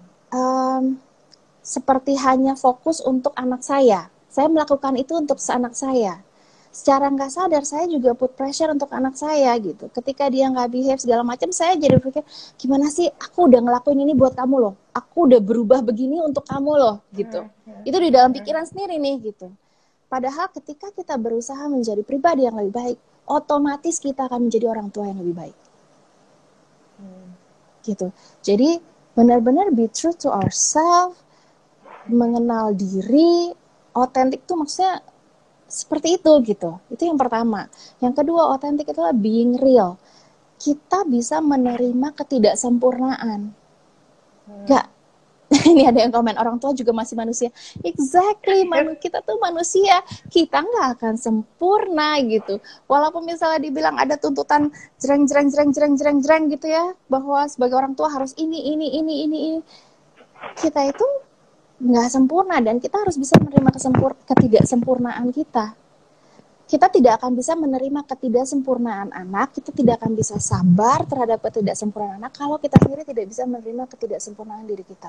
um, seperti hanya fokus untuk anak saya. Saya melakukan itu untuk anak saya. Secara nggak sadar saya juga put pressure untuk anak saya gitu. Ketika dia nggak behave segala macam, saya jadi berpikir gimana sih, aku udah ngelakuin ini buat kamu loh, aku udah berubah begini untuk kamu loh gitu. Itu di dalam pikiran sendiri nih gitu. Padahal ketika kita berusaha menjadi pribadi yang lebih baik, otomatis kita akan menjadi orang tua yang lebih baik. Gitu. Jadi benar-benar be true to ourselves, mengenal diri, otentik tuh maksudnya seperti itu gitu. Itu yang pertama. Yang kedua, otentik itu adalah being real. Kita bisa menerima ketidaksempurnaan. Hmm. Gak, ini ada yang komen, orang tua juga masih manusia. Exactly, manu, kita tuh manusia. Kita nggak akan sempurna gitu. Walaupun misalnya dibilang ada tuntutan jreng jreng jreng jreng jreng jreng gitu ya, bahwa sebagai orang tua harus ini ini ini ini ini. Kita itu nggak sempurna dan kita harus bisa menerima kesempur- ketidaksempurnaan kita. Kita tidak akan bisa menerima ketidaksempurnaan anak, kita tidak akan bisa sabar terhadap ketidaksempurnaan anak kalau kita sendiri tidak bisa menerima ketidaksempurnaan diri kita.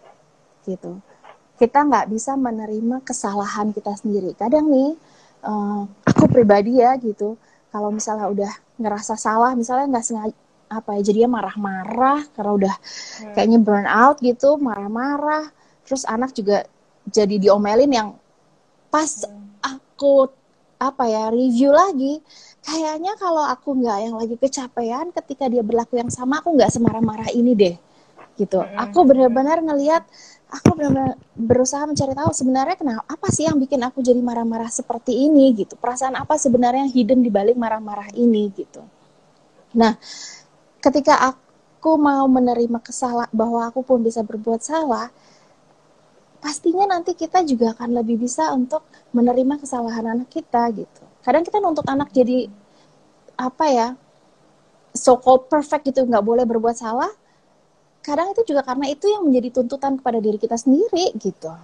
Gitu. Kita nggak bisa menerima kesalahan kita sendiri. Kadang nih, uh, aku pribadi ya gitu, kalau misalnya udah ngerasa salah, misalnya nggak sengaja apa ya, jadinya marah-marah karena udah kayaknya burn out gitu, marah-marah. Terus anak juga jadi diomelin yang pas aku apa ya review lagi, kayaknya kalau aku nggak yang lagi kecapean ketika dia berlaku yang sama, aku nggak semarah-marah ini deh gitu. Aku benar-benar ngelihat, aku benar-benar berusaha mencari tahu sebenarnya kenapa, apa sih yang bikin aku jadi marah-marah seperti ini gitu, perasaan apa sebenarnya yang hidden di balik marah-marah ini gitu. Nah, ketika aku mau menerima kesalahan bahwa aku pun bisa berbuat salah, pastinya nanti kita juga akan lebih bisa untuk menerima kesalahan anak kita gitu. Kadang kita nuntut anak jadi apa ya, so called perfect gitu, nggak boleh berbuat salah. Kadang itu juga karena itu yang menjadi tuntutan kepada diri kita sendiri gitu.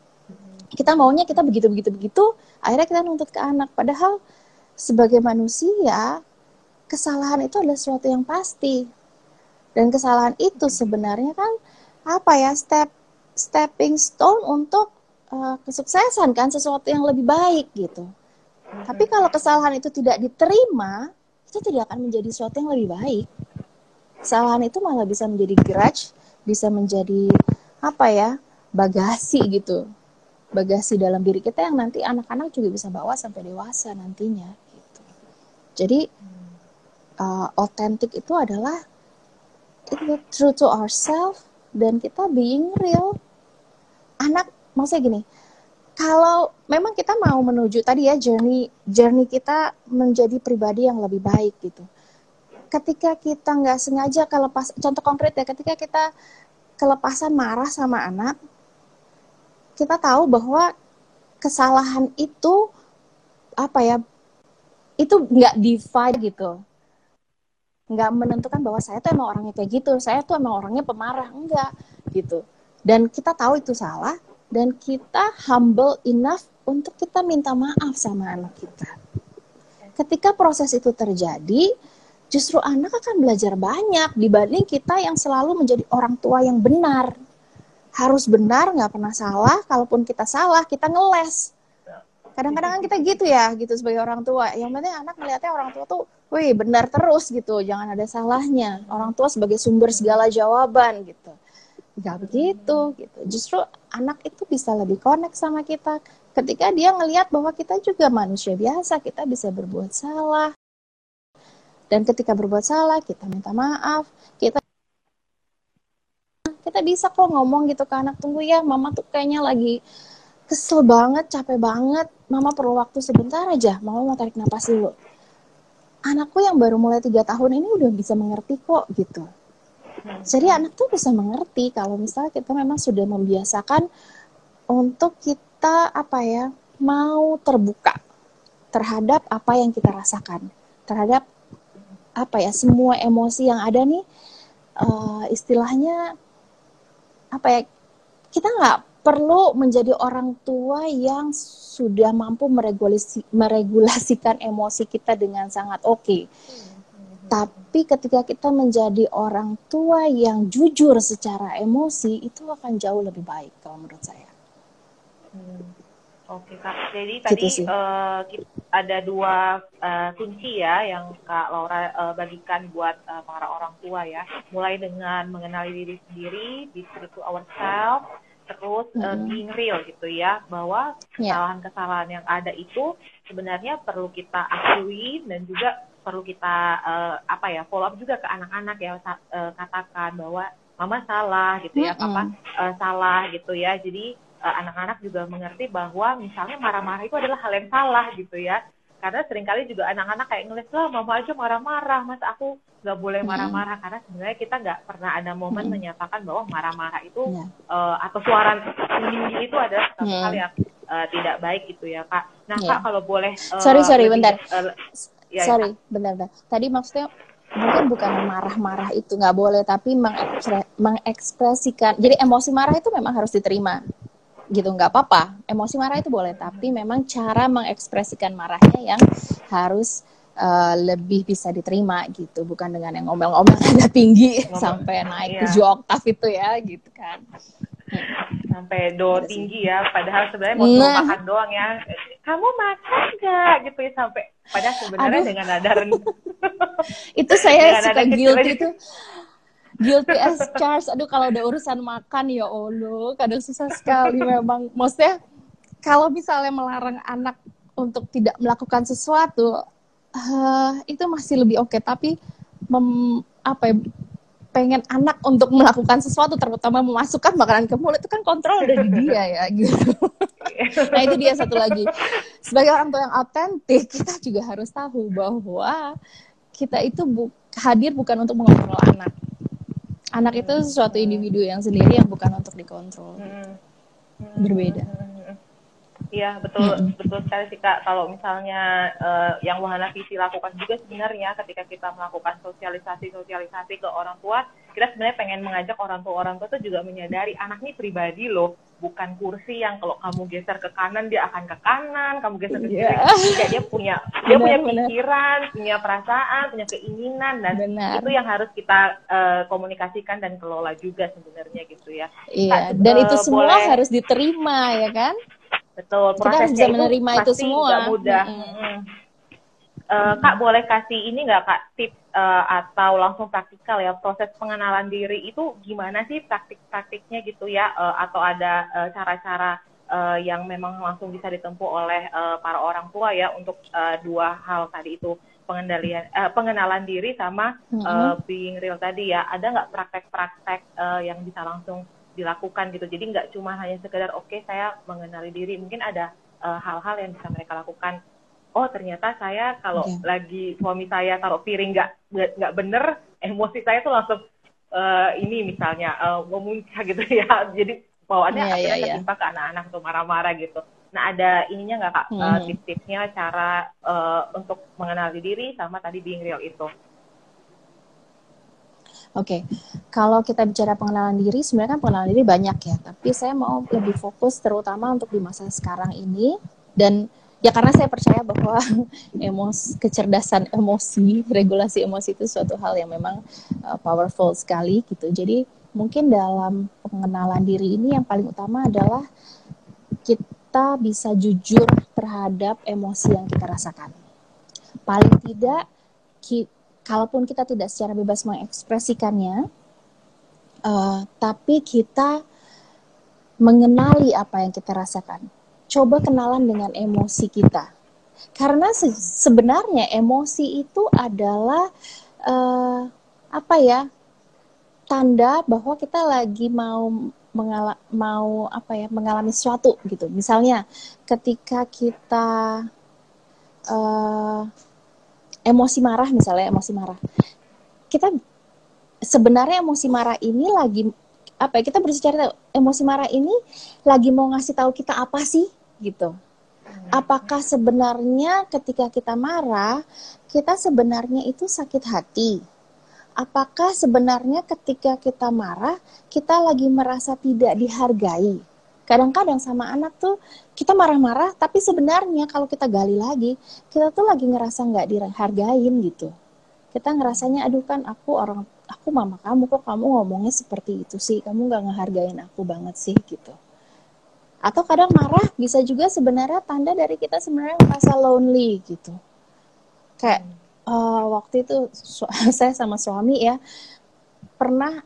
Kita maunya kita begitu begitu begitu, akhirnya kita nuntut ke anak. Padahal sebagai manusia, kesalahan itu adalah sesuatu yang pasti. Dan kesalahan itu sebenarnya kan apa ya, step stepping stone untuk uh, kesuksesan kan, sesuatu yang lebih baik gitu. Hmm. Tapi kalau kesalahan itu tidak diterima, itu tidak akan menjadi sesuatu yang lebih baik. Kesalahan itu malah bisa menjadi grudge, bisa menjadi apa ya, bagasi gitu. Bagasi dalam diri kita yang nanti anak-anak juga bisa bawa sampai dewasa nantinya gitu. Jadi uh, authentic itu adalah itu true to ourselves dan kita being real. Anak maksudnya gini, kalau memang kita mau menuju tadi ya journey journey kita menjadi pribadi yang lebih baik gitu. Ketika kita nggak sengaja kelepas, contoh konkret ya, ketika kita kelepasan marah sama anak, kita tahu bahwa kesalahan itu apa ya, itu nggak divide gitu, nggak menentukan bahwa saya tuh emang orangnya kayak gitu, saya tuh emang orangnya pemarah, enggak gitu. Dan kita tahu itu salah dan kita humble enough untuk kita minta maaf sama anak kita. Ketika proses itu terjadi, justru anak akan belajar banyak dibanding kita yang selalu menjadi orang tua yang benar. Harus benar, nggak pernah salah. Kalaupun kita salah, kita ngeles. Kadang-kadang kan kita gitu ya, gitu sebagai orang tua. Yang penting anak melihatnya orang tua tuh, wih benar terus gitu, jangan ada salahnya. Orang tua sebagai sumber segala jawaban gitu. Gak begitu gitu. Justru anak itu bisa lebih connect sama kita ketika dia ngelihat bahwa kita juga manusia biasa, kita bisa berbuat salah. Dan ketika berbuat salah, kita minta maaf, kita kita bisa kok ngomong gitu ke anak, tunggu ya, mama tuh kayaknya lagi kesel banget, capek banget, mama perlu waktu sebentar aja, mama mau tarik napas dulu. Anakku yang baru mulai tiga tahun ini udah bisa mengerti kok gitu. Jadi anak tuh bisa mengerti kalau misalnya kita memang sudah membiasakan untuk kita apa ya, mau terbuka terhadap apa yang kita rasakan, terhadap apa ya, semua emosi yang ada nih, uh, istilahnya apa ya, kita nggak perlu menjadi orang tua yang sudah mampu meregulasi, meregulasikan emosi kita dengan sangat oke. Okay. Hmm. Tapi ketika kita menjadi orang tua yang jujur secara emosi, itu akan jauh lebih baik kalau menurut saya. Hmm. Oke Kak, jadi tadi gitu uh, ada dua uh, kunci ya yang Kak Laura uh, bagikan buat uh, para orang tua ya. Mulai dengan mengenali diri sendiri, be true to ourselves, terus uh, mm-hmm. being real gitu ya, bahwa kesalahan-kesalahan yang ada itu sebenarnya perlu kita akui dan juga perlu kita uh, apa ya, follow up juga ke anak-anak ya, uh, katakan bahwa mama salah gitu ya, mm-hmm. papa uh, salah gitu ya. Jadi Uh, anak-anak juga mengerti bahwa misalnya marah-marah itu adalah hal yang salah gitu ya. Karena seringkali juga anak-anak kayak ngeliat, lah mama aja marah-marah, masa aku nggak boleh marah-marah. Mm-hmm. Karena sebenarnya kita nggak pernah ada momen mm-hmm. menyatakan bahwa marah-marah itu yeah. uh, atau suara tinggi itu adalah satu mm-hmm. hal yang uh, tidak baik gitu ya Kak. Nah yeah. Kak kalau boleh uh, sorry sorry lebih, bentar uh, ya, sorry ya, bentar bentar tadi maksudnya mungkin bukan marah-marah itu nggak boleh, tapi mengekspre- mengekspresikan. Jadi emosi marah itu memang harus diterima gitu, nggak apa-apa, emosi marah itu boleh, tapi memang cara mengekspresikan marahnya yang harus uh, lebih bisa diterima gitu, bukan dengan yang ngomel-ngomel nada tinggi ngomel, sampai naik iya. tujuh oktav itu ya gitu kan, sampai do gitu tinggi sih. Ya padahal sebenarnya mau nah. makan doang ya, kamu makan nggak gitu ya, sampai padahal sebenarnya Aduh. dengan nada rendah itu saya suka guilty itu guilty as charged. Aduh kalau udah urusan makan ya Allah, kadang susah sekali memang. Maksudnya kalau misalnya melarang anak untuk tidak melakukan sesuatu, uh, itu masih lebih oke. Okay. Tapi mem, apa ya, pengen anak untuk melakukan sesuatu, terutama memasukkan makanan ke mulut, itu kan kontrol dari dia ya gitu. Nah itu dia satu lagi. Sebagai orang tua yang autentik, kita juga harus tahu bahwa kita itu bu- hadir bukan untuk mengontrol anak. Anak itu sesuatu individu yang sendiri yang bukan untuk dikontrol. Hmm. Hmm. Berbeda. Iya, betul hmm. betul sekali sih Kak. Kalau misalnya uh, yang Wahana Visi lakukan juga sebenarnya ketika kita melakukan sosialisasi-sosialisasi ke orang tua, kita sebenarnya pengen mengajak orang tua-orang tua itu juga menyadari anak ini pribadi loh, bukan kursi yang kalau kamu geser ke kanan dia akan ke kanan, kamu geser ke kiri yeah. tidak, dia punya dia benar, punya pikiran, benar. punya perasaan, punya keinginan, dan benar. itu yang harus kita uh, komunikasikan dan kelola juga sebenarnya gitu ya. Iya, Kak, dan uh, itu semua boleh, harus diterima ya kan? Betul, kita harus bisa menerima itu, itu semua. Gak mudah. Mm-hmm. uh, Kak boleh kasih ini nggak Kak tips uh, atau langsung praktikal ya, proses pengenalan diri itu gimana sih praktik-praktiknya gitu ya, uh, atau ada uh, cara-cara uh, yang memang langsung bisa ditempuh oleh uh, para orang tua ya untuk uh, dua hal tadi itu, pengendalian uh, pengenalan diri sama uh, being real tadi ya. Ada nggak praktek-praktek uh, yang bisa langsung dilakukan gitu, jadi nggak cuma hanya sekedar oke okay, saya mengenali diri, mungkin ada uh, hal-hal yang bisa mereka lakukan. Oh ternyata saya kalau okay. lagi suami saya taruh piring nggak nggak bener, emosi saya tuh langsung uh, ini misalnya uh, memuncak gitu ya, jadi bawaannya yeah, akhirnya yeah, ketimpa yeah. ke anak-anak tuh marah-marah gitu. Nah ada ininya nggak Kak, mm-hmm. uh, tips-tipsnya cara uh, untuk mengenali diri sama tadi being real itu? Oke, okay. Kalau kita bicara pengenalan diri, sebenarnya kan pengenalan diri banyak ya, tapi saya mau lebih fokus terutama untuk di masa sekarang ini, dan ya karena saya percaya bahwa emosi, kecerdasan emosi, regulasi emosi itu suatu hal yang memang uh, powerful sekali gitu. Jadi mungkin dalam pengenalan diri ini yang paling utama adalah kita bisa jujur terhadap emosi yang kita rasakan. Paling tidak kita kalaupun kita tidak secara bebas mengekspresikannya, uh, tapi kita mengenali apa yang kita rasakan. Coba kenalan dengan emosi kita. Karena se- sebenarnya emosi itu adalah uh, apa ya? Tanda bahwa kita lagi mau mengala- mau apa ya? mengalami sesuatu gitu. Misalnya ketika kita uh, emosi marah misalnya, emosi marah. Kita sebenarnya emosi marah ini lagi apa ya? Kita berbicara emosi marah ini lagi mau ngasih tahu kita apa sih gitu. Apakah sebenarnya ketika kita marah, kita sebenarnya itu sakit hati? Apakah sebenarnya ketika kita marah, kita lagi merasa tidak dihargai? Kadang-kadang sama anak tuh kita marah-marah, tapi sebenarnya kalau kita gali lagi, kita tuh lagi ngerasa nggak dihargain gitu. Kita ngerasanya, aduh kan aku orang, aku mama kamu, kok kamu ngomongnya seperti itu sih, kamu nggak ngehargain aku banget sih gitu. Atau kadang marah bisa juga sebenarnya tanda dari kita sebenarnya merasa lonely gitu. Kayak uh, waktu itu su- saya sama suami ya pernah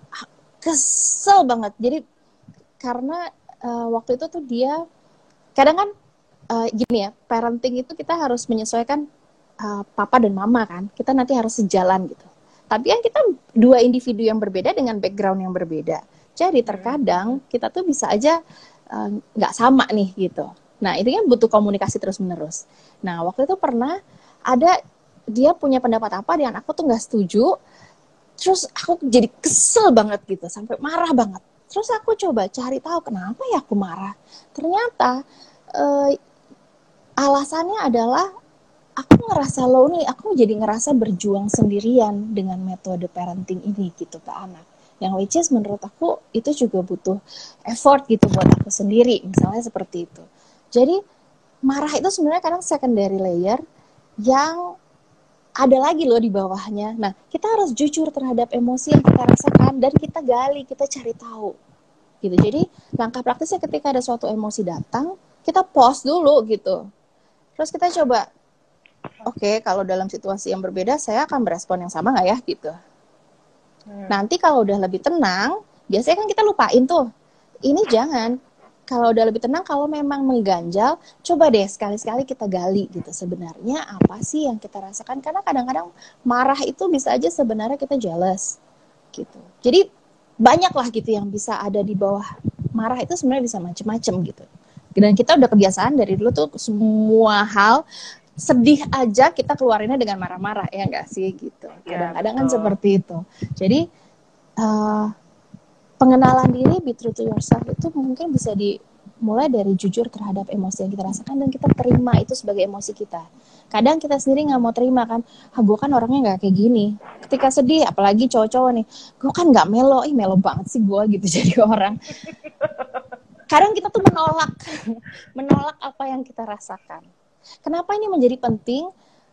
kesel banget. Jadi karena uh, waktu itu tuh dia kadang kan uh, gini ya, parenting itu kita harus menyesuaikan uh, papa dan mama kan. Kita nanti harus sejalan gitu. Tapi kan kita dua individu yang berbeda dengan background yang berbeda. Jadi terkadang kita tuh bisa aja nggak uh, sama nih gitu. Nah itu kan butuh komunikasi terus menerus. Nah waktu itu pernah ada dia punya pendapat apa dan aku tuh nggak setuju. Terus aku jadi kesel banget gitu, sampai marah banget. Terus aku coba cari tahu kenapa ya aku marah. Ternyata uh, alasannya adalah aku ngerasa lonely, aku jadi ngerasa berjuang sendirian dengan metode parenting ini gitu ke anak. Yang which is menurut aku itu juga butuh effort gitu buat aku sendiri, misalnya seperti itu. Jadi marah itu sebenarnya kadang secondary layer yang ada lagi loh di bawahnya. Nah, kita harus jujur terhadap emosi yang kita rasakan dan kita gali, kita cari tahu. Gitu. Jadi langkah praktisnya ketika ada suatu emosi datang, kita pause dulu gitu. Terus kita coba, oke, okay, kalau dalam situasi yang berbeda, saya akan berespon yang sama nggak ya, gitu. Hmm. Nanti kalau udah lebih tenang, biasanya kan kita lupain tuh. Ini jangan. Kalau udah lebih tenang, kalau memang mengganjal, coba deh sekali-sekali kita gali gitu. Sebenarnya apa sih yang kita rasakan? Karena kadang-kadang marah itu bisa aja sebenarnya kita jealous, gitu. Jadi banyak lah gitu yang bisa ada di bawah marah itu sebenarnya bisa macam-macam gitu. Dan kita udah kebiasaan dari dulu tuh semua hal sedih aja kita keluarinnya dengan marah-marah, ya nggak sih gitu. Kadang-kadang ya, kan seperti itu. Jadi uh, pengenalan diri, be true to yourself itu mungkin bisa dimulai dari jujur terhadap emosi yang kita rasakan dan kita terima itu sebagai emosi kita. Kadang kita sendiri nggak mau terima kan, ah gue kan orangnya nggak kayak gini. Ketika sedih, apalagi cowok-cowok nih, gue kan nggak melo, ih melo banget sih gue gitu jadi orang. Kadang kita tuh menolak, menolak apa yang kita rasakan. Kenapa ini menjadi penting?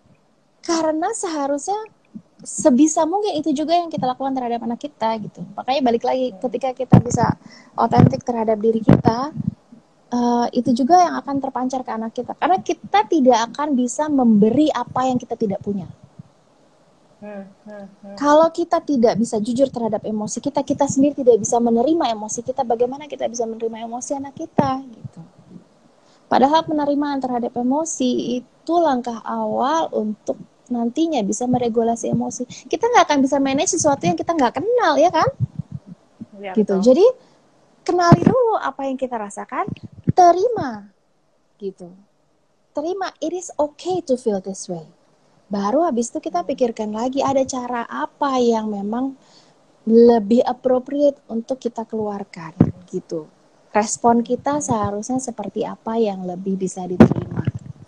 Karena seharusnya sebisa mungkin itu juga yang kita lakukan terhadap anak kita gitu. Makanya balik lagi ketika kita bisa otentik terhadap diri kita, uh, itu juga yang akan terpancar ke anak kita. Karena kita tidak akan bisa memberi apa yang kita tidak punya. Hmm, hmm, hmm. Kalau kita tidak bisa jujur terhadap emosi kita, kita sendiri tidak bisa menerima emosi kita, bagaimana kita bisa menerima emosi anak kita gitu. Padahal penerimaan terhadap emosi itu langkah awal untuk nantinya bisa meregulasi emosi. Kita nggak akan bisa manage sesuatu yang kita nggak kenal, ya kan? Ya, Gitu. betul. Jadi kenali dulu apa yang kita rasakan, terima gitu. Terima, it is okay to feel this way. Baru habis itu kita pikirkan lagi ada cara apa yang memang lebih appropriate untuk kita keluarkan gitu. Respon kita seharusnya seperti apa yang lebih bisa diterima.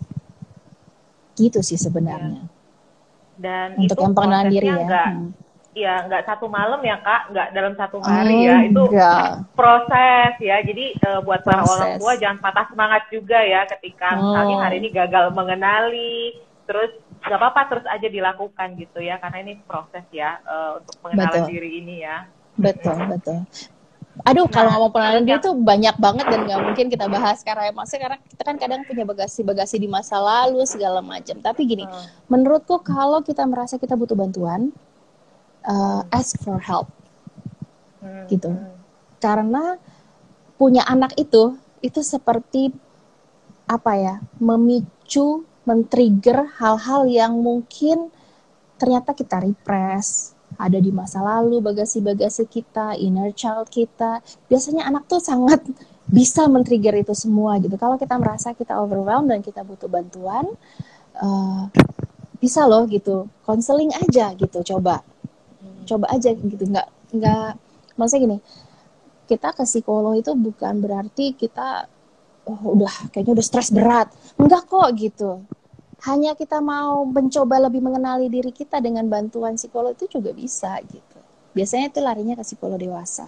Gitu sih sebenarnya. Ya. Dan untuk itu yang pengenalan diri ya. Nggak, hmm. ya nggak satu malam ya Kak, nggak dalam satu hari ya. Itu Enggak. proses ya. Jadi uh, buat para Proses. orang tua jangan patah semangat juga ya ketika Oh. misalnya hari ini gagal mengenali, terus nggak apa-apa terus aja dilakukan gitu ya, karena ini proses ya uh, untuk pengenalan Betul. diri ini ya. Betul, betul. Aduh, Nah, kalau ngomong pengenalan diri yang- itu banyak banget dan nggak mungkin kita bahas karena maksudnya karena kita kan kadang punya bagasi-bagasi di masa lalu segala macam. Tapi gini, Hmm. menurutku kalau kita merasa kita butuh bantuan, uh, ask for help, Hmm. gitu. Hmm. Karena punya anak itu itu seperti apa ya, memicu, men-trigger hal-hal yang mungkin ternyata kita repress, ada di masa lalu, bagasi-bagasi kita, inner child kita. Biasanya anak tuh sangat bisa men-trigger itu semua gitu. Kalau kita merasa kita overwhelmed dan kita butuh bantuan, uh, bisa loh gitu, konseling aja gitu, coba, coba aja gitu, nggak nggak, maksudnya gini, kita ke psikolog itu bukan berarti kita oh, udah kayaknya udah stres berat, enggak kok gitu. Hanya kita mau mencoba lebih mengenali diri kita dengan bantuan psikolog itu juga bisa gitu. Biasanya itu larinya ke psikolog dewasa.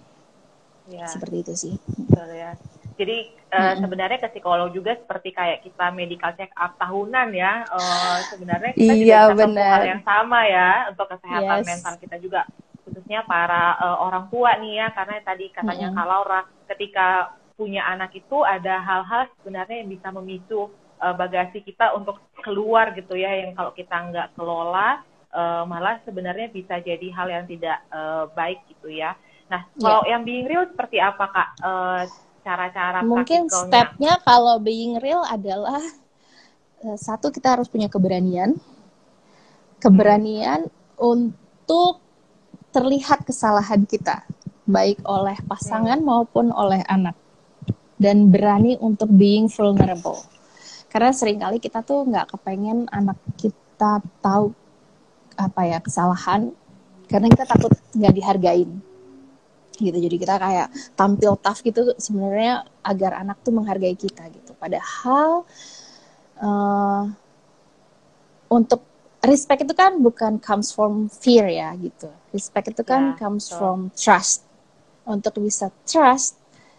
Ya. Seperti itu sih. Betul ya. Jadi uh, Mm-mm. sebenarnya ke psikolog juga seperti kayak kita medical check up tahunan ya. Uh, sebenarnya kita juga Iya, bisa tempuh benar. hal yang sama ya untuk kesehatan Yes. mental kita juga, khususnya para uh, orang tua nih ya, karena tadi katanya Mm-mm. Kak Laura ketika punya anak itu ada hal-hal sebenarnya yang bisa memicu uh, bagasi kita untuk keluar gitu ya, yang kalau kita nggak kelola uh, malah sebenarnya bisa jadi hal yang tidak uh, baik gitu ya. Nah, kalau Yeah. yang being real seperti apa Kak? Uh, cara-cara Mungkin praktikalnya? stepnya kalau being real adalah uh, satu, kita harus punya keberanian, keberanian hmm. untuk terlihat kesalahan kita, baik oleh pasangan hmm. maupun oleh anak, dan berani untuk being vulnerable. Karena seringkali kita tuh nggak kepengen anak kita tahu apa ya kesalahan, karena kita takut nggak dihargain. Gitu, jadi kita kayak tampil tough gitu sebenarnya agar anak tuh menghargai kita gitu. Padahal uh, untuk respect itu kan bukan comes from fear ya gitu. Respect itu kan Ya, comes betul. from trust. Untuk bisa trust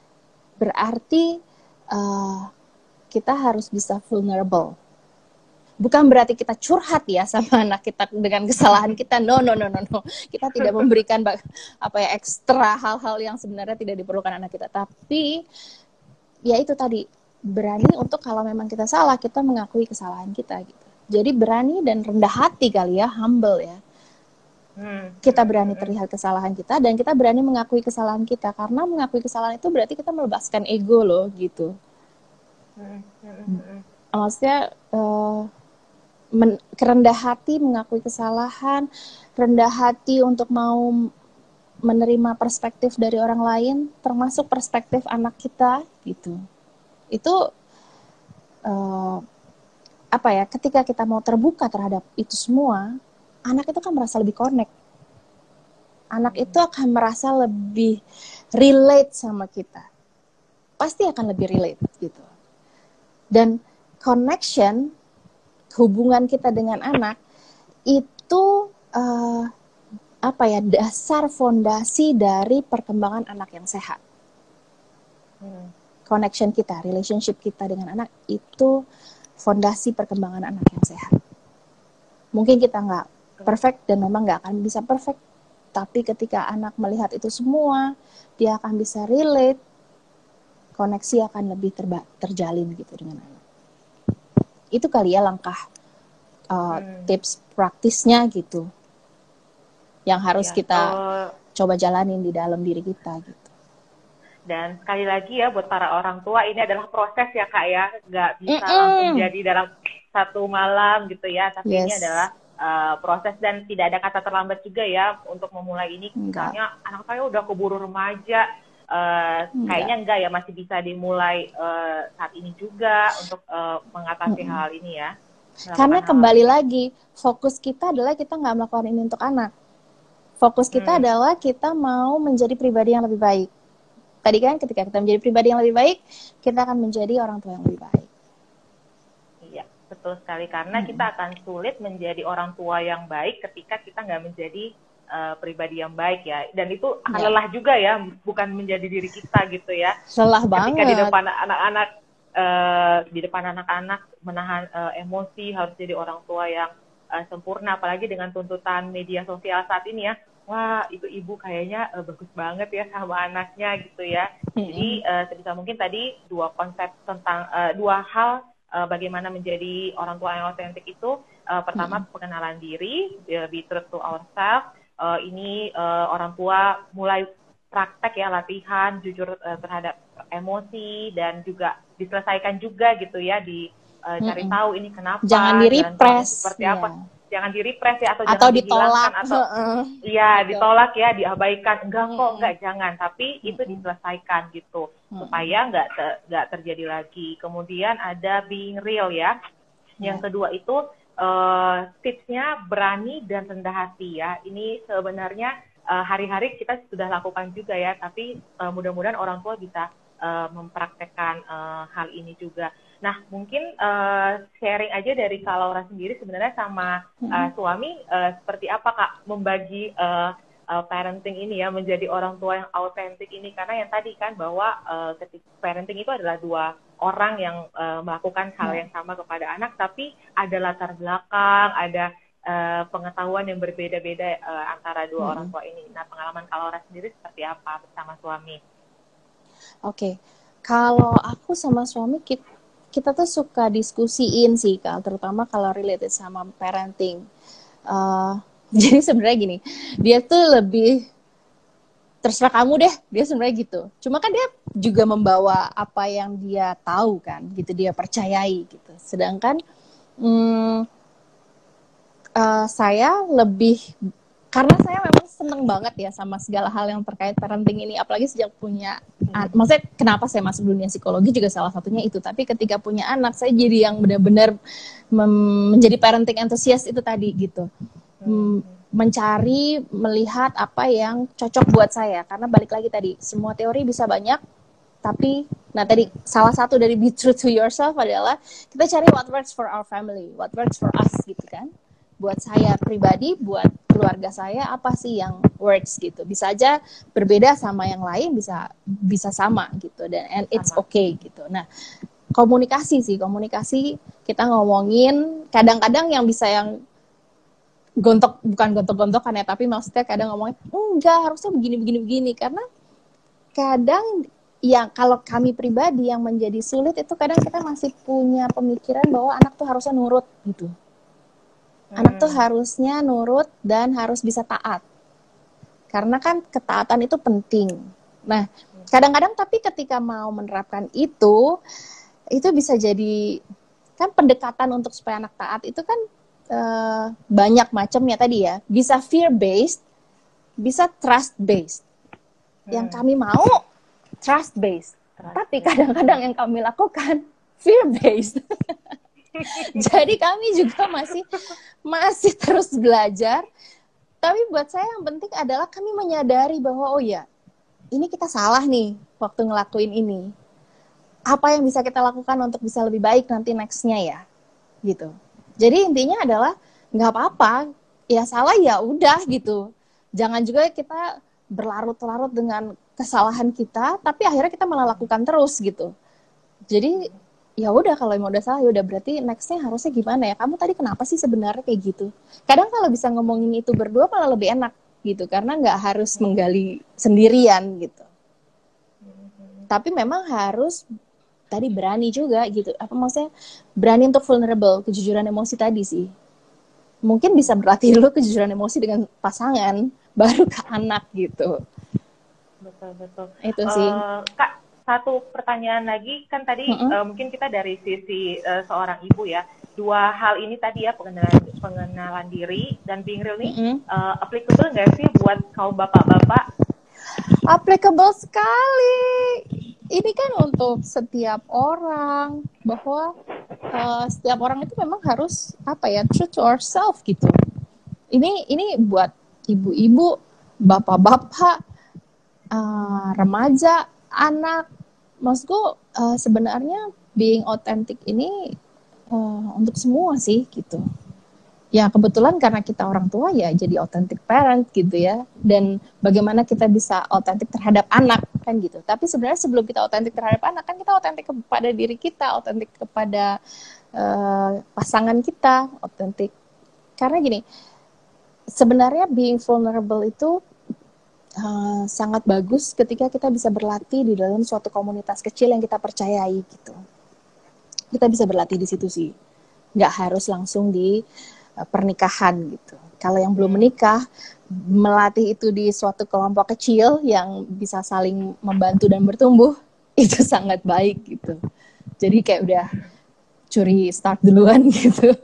berarti uh, kita harus bisa vulnerable. Bukan berarti kita curhat ya sama anak kita dengan kesalahan kita. No, no, no, no, no. Kita tidak memberikan apa ya ekstra hal-hal yang sebenarnya tidak diperlukan anak kita. Tapi ya itu tadi, berani untuk kalau memang kita salah, kita mengakui kesalahan kita gitu. Jadi berani dan rendah hati kali ya, humble ya. Kita berani terlihat kesalahan kita dan kita berani mengakui kesalahan kita. Karena mengakui kesalahan itu berarti kita melepaskan ego loh gitu. Maksudnya uh, Men, kerendah hati mengakui kesalahan, rendah hati untuk mau menerima perspektif dari orang lain, termasuk perspektif anak kita, gitu. Itu uh, apa ya? Ketika kita mau terbuka terhadap itu semua, anak itu kan merasa lebih connect. Anak itu akan merasa lebih relate sama kita. Pasti akan lebih relate, gitu. Dan connection, hubungan kita dengan anak itu uh, apa ya, dasar fondasi dari perkembangan anak yang sehat. Hmm. Connection kita, relationship kita dengan anak itu fondasi perkembangan anak yang sehat. Mungkin kita nggak perfect dan memang nggak akan bisa perfect, tapi ketika anak melihat itu semua, dia akan bisa relate koneksi akan lebih terba- terjalin gitu dengan anak. Itu kali ya langkah uh, Hmm. tips praktisnya gitu yang harus Ya, kita eh, coba jalanin di dalam diri kita gitu. dan sekali lagi ya buat para orang tua ini adalah proses ya Kak ya, nggak bisa langsung Mm-mm. jadi dalam satu malam gitu ya, tapi ini Yes. adalah uh, proses dan tidak ada kata terlambat juga ya untuk memulai ini. Enggak. Misalnya anak saya udah keburu remaja, uh, kayaknya enggak ya, masih bisa dimulai uh, saat ini juga untuk uh, mengatasi Mm-mm. hal ini ya. Karena Melakukan hal kembali ini. lagi, fokus kita adalah kita nggak melakukan ini untuk anak. Fokus kita Hmm. adalah kita mau menjadi pribadi yang lebih baik. Tadi kan ketika kita menjadi pribadi yang lebih baik, kita akan menjadi orang tua yang lebih baik. Iya, betul sekali. Karena Hmm. kita akan sulit menjadi orang tua yang baik ketika kita nggak menjadi uh, pribadi yang baik ya. Dan itu akan Ya. lelah juga ya, bukan menjadi diri kita gitu ya. Lelah Ketika banget. di depan anak-anak, uh, di depan anak-anak menahan uh, emosi, harus jadi orang tua yang uh, sempurna. Apalagi dengan tuntutan media sosial saat ini ya. Wah, itu ibu kayaknya uh, bagus banget ya sama anaknya gitu ya. Jadi uh, sebisa mungkin tadi dua konsep tentang uh, dua hal uh, bagaimana menjadi orang tua yang otentik itu. Uh, pertama, pengenalan diri, uh, be true to ourselves. Uh, ini uh, orang tua mulai praktek ya, latihan jujur uh, terhadap emosi dan juga diselesaikan juga gitu ya, di uh, cari Mm-mm. tahu ini kenapa, Jangan di jalan keluarnya repress seperti ya. apa. Jangan di repress ya, atau, Atau jangan dihilangkan ditolak. atau Heeh. iya Betul. ditolak ya, diabaikan. Enggak kok, Mm-mm. enggak, jangan. Tapi itu Mm-mm. diselesaikan gitu Mm-mm. supaya enggak te- enggak terjadi lagi. Kemudian ada being real ya. Yang Ya. kedua itu uh, tipsnya berani dan rendah hati ya. Ini sebenarnya uh, hari-hari kita sudah lakukan juga ya, tapi uh, mudah-mudahan orang tua bisa uh, mempraktekkan uh, hal ini juga. Nah, mungkin uh, sharing aja dari Kak Laura sendiri sebenarnya sama uh, suami uh, seperti apa Kak membagi uh, uh, parenting ini ya, menjadi orang tua yang autentik ini. Karena yang tadi kan bahwa uh, ketika parenting itu adalah dua orang yang uh, melakukan hal yang sama kepada anak, tapi ada latar belakang, ada uh, pengetahuan yang berbeda-beda uh, antara dua Hmm. orang tua ini. Nah, pengalaman Kak Laura sendiri seperti apa bersama suami? Oke, okay. Kalau aku sama suami kita, kita tuh suka diskusiin sih Kak, terutama kalau related sama parenting. Uh, jadi sebenarnya gini, dia tuh lebih terserah kamu deh, dia sebenarnya gitu. Cuma kan dia juga membawa apa yang dia tahu kan, gitu, dia percayai gitu. Sedangkan hmm, uh, saya lebih, karena saya memang seneng banget ya sama segala hal yang terkait parenting ini, apalagi sejak punya, an- maksudnya kenapa saya masuk dunia psikologi juga salah satunya itu. Tapi ketika punya anak, saya jadi yang benar-benar mem- menjadi parenting enthusiast itu tadi gitu. Hmm. Mencari, melihat apa yang cocok buat saya. Karena balik lagi tadi, semua teori bisa banyak, tapi, nah tadi salah satu dari be true to yourself adalah kita cari what works for our family, what works for us gitu kan. Buat saya pribadi, buat keluarga saya, apa sih yang works gitu. Bisa aja berbeda sama yang lain, bisa bisa sama gitu, dan and it's okay gitu. Nah, komunikasi sih, komunikasi kita ngomongin, kadang-kadang yang bisa yang gontok, bukan gontok-gontokan ya, tapi maksudnya kadang ngomongin enggak, harusnya begini-begini begini, karena kadang ya kalau kami pribadi yang menjadi sulit itu kadang kita masih punya pemikiran bahwa anak tuh harusnya nurut gitu. Anak tuh harusnya nurut dan harus bisa taat. Karena kan ketaatan itu penting. Nah, kadang-kadang tapi ketika mau menerapkan itu, itu bisa jadi, kan pendekatan untuk supaya anak taat itu kan uh, banyak macamnya tadi ya. Bisa fear-based, bisa trust-based. Hmm. Yang kami mau, trust-based. Trust tapi kadang-kadang yang kami lakukan, fear-based. Jadi kami juga masih masih terus belajar. Tapi buat saya yang penting adalah kami menyadari bahwa oh ya, ini kita salah nih waktu ngelakuin ini. Apa yang bisa kita lakukan untuk bisa lebih baik nanti next-nya ya, gitu. Jadi intinya adalah nggak apa-apa, ya salah ya udah gitu. Jangan juga kita berlarut-larut dengan kesalahan kita, tapi akhirnya kita malah lakukan terus gitu. Jadi ya udah, kalau emang udah salah ya udah, berarti nextnya harusnya gimana ya, kamu tadi kenapa sih sebenarnya kayak gitu. Kadang kalau bisa ngomongin itu berdua malah lebih enak gitu, karena nggak harus menggali sendirian gitu. tapi memang harus tadi berani juga gitu. Apa maksudnya berani untuk vulnerable, kejujuran emosi tadi sih. Mungkin bisa berlatih dulu kejujuran emosi dengan pasangan, baru ke anak gitu. Betul betul. Itu sih. Uh, Kak, satu pertanyaan lagi kan tadi Mm-mm. uh, mungkin kita dari sisi uh, seorang ibu ya. Dua hal ini tadi ya, pengenalan pengenalan diri dan being real nih uh, applicable nggak sih buat kaum bapak-bapak? Applicable sekali. Ini kan untuk setiap orang, bahwa uh, setiap orang itu memang harus apa ya, true to ourselves gitu. Ini ini buat ibu-ibu, bapak-bapak, uh, remaja, anak. Maksudku uh, sebenarnya being authentic ini uh, untuk semua sih gitu. Ya kebetulan karena kita orang tua ya jadi authentic parent gitu ya. Dan bagaimana kita bisa authentic terhadap anak kan gitu. Tapi sebenarnya sebelum kita authentic terhadap anak kan kita authentic kepada diri kita, authentic kepada uh, pasangan kita, authentic. Karena gini, sebenarnya being vulnerable itu uh, sangat bagus ketika kita bisa berlatih di dalam suatu komunitas kecil yang kita percayai gitu. Kita bisa berlatih di situ sih. Nggak harus langsung di pernikahan gitu. Kalau yang belum menikah, melatih itu di suatu kelompok kecil yang bisa saling membantu dan bertumbuh, itu sangat baik gitu. Jadi kayak udah curi start duluan gitu.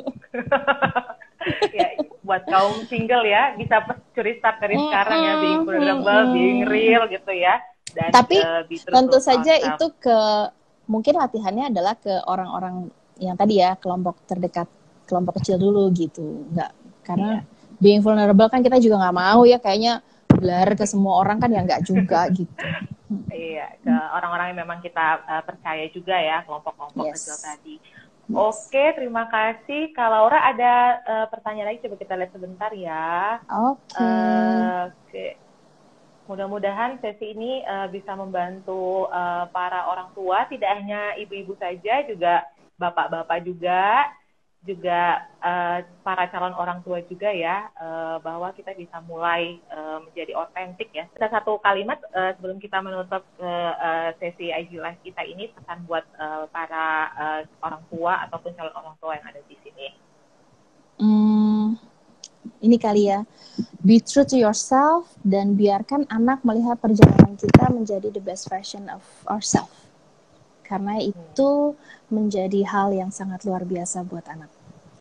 Ya, buat kaum single ya, bisa curi start dari Mm-mm, sekarang ya, being vulnerable, mm-mm. being real gitu ya. Dan, tapi uh, tentu saja ourselves. Itu ke, mungkin latihannya adalah ke orang-orang yang tadi ya, kelompok terdekat, kelompok kecil dulu gitu, nggak karena yeah. being vulnerable kan kita juga nggak mau ya kayaknya blar ke semua orang kan ya nggak juga gitu. Iya, ke orang-orang yang memang kita uh, percaya juga ya, kelompok-kelompok yes. kecil tadi. Yes. Oke, terima kasih. Kak Laura ada uh, pertanyaan lagi, coba kita lihat sebentar ya. Oke. Okay. Uh, okay. Mudah-mudahan sesi ini uh, bisa membantu uh, para orang tua, tidak hanya ibu-ibu saja, juga bapak-bapak juga. juga uh, para calon orang tua juga ya, uh, bahwa kita bisa mulai uh, menjadi otentik ya. Ada satu kalimat uh, sebelum kita menutup uh, uh, sesi I G Live kita ini, pesan buat uh, para uh, orang tua ataupun calon orang tua yang ada di sini. Hmm, ini kali ya, be true to yourself dan biarkan anak melihat perjalanan kita menjadi the best version of ourselves. Karena itu menjadi hal yang sangat luar biasa buat anak.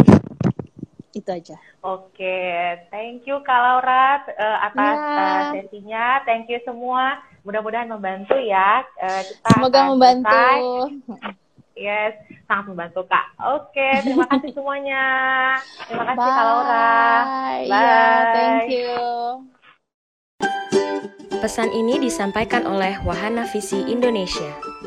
Itu aja. Oke, okay. Thank you Kak Laura uh, atas yeah. uh, sesinya. Thank you semua. Mudah-mudahan membantu ya. Uh, kita Semoga membantu. Selesai. Yes, sangat membantu Kak. Oke, okay. Terima kasih semuanya. Terima kasih Bye. Kak Laura. Bye. Yeah, thank you. Pesan ini disampaikan oleh Wahana Visi Indonesia.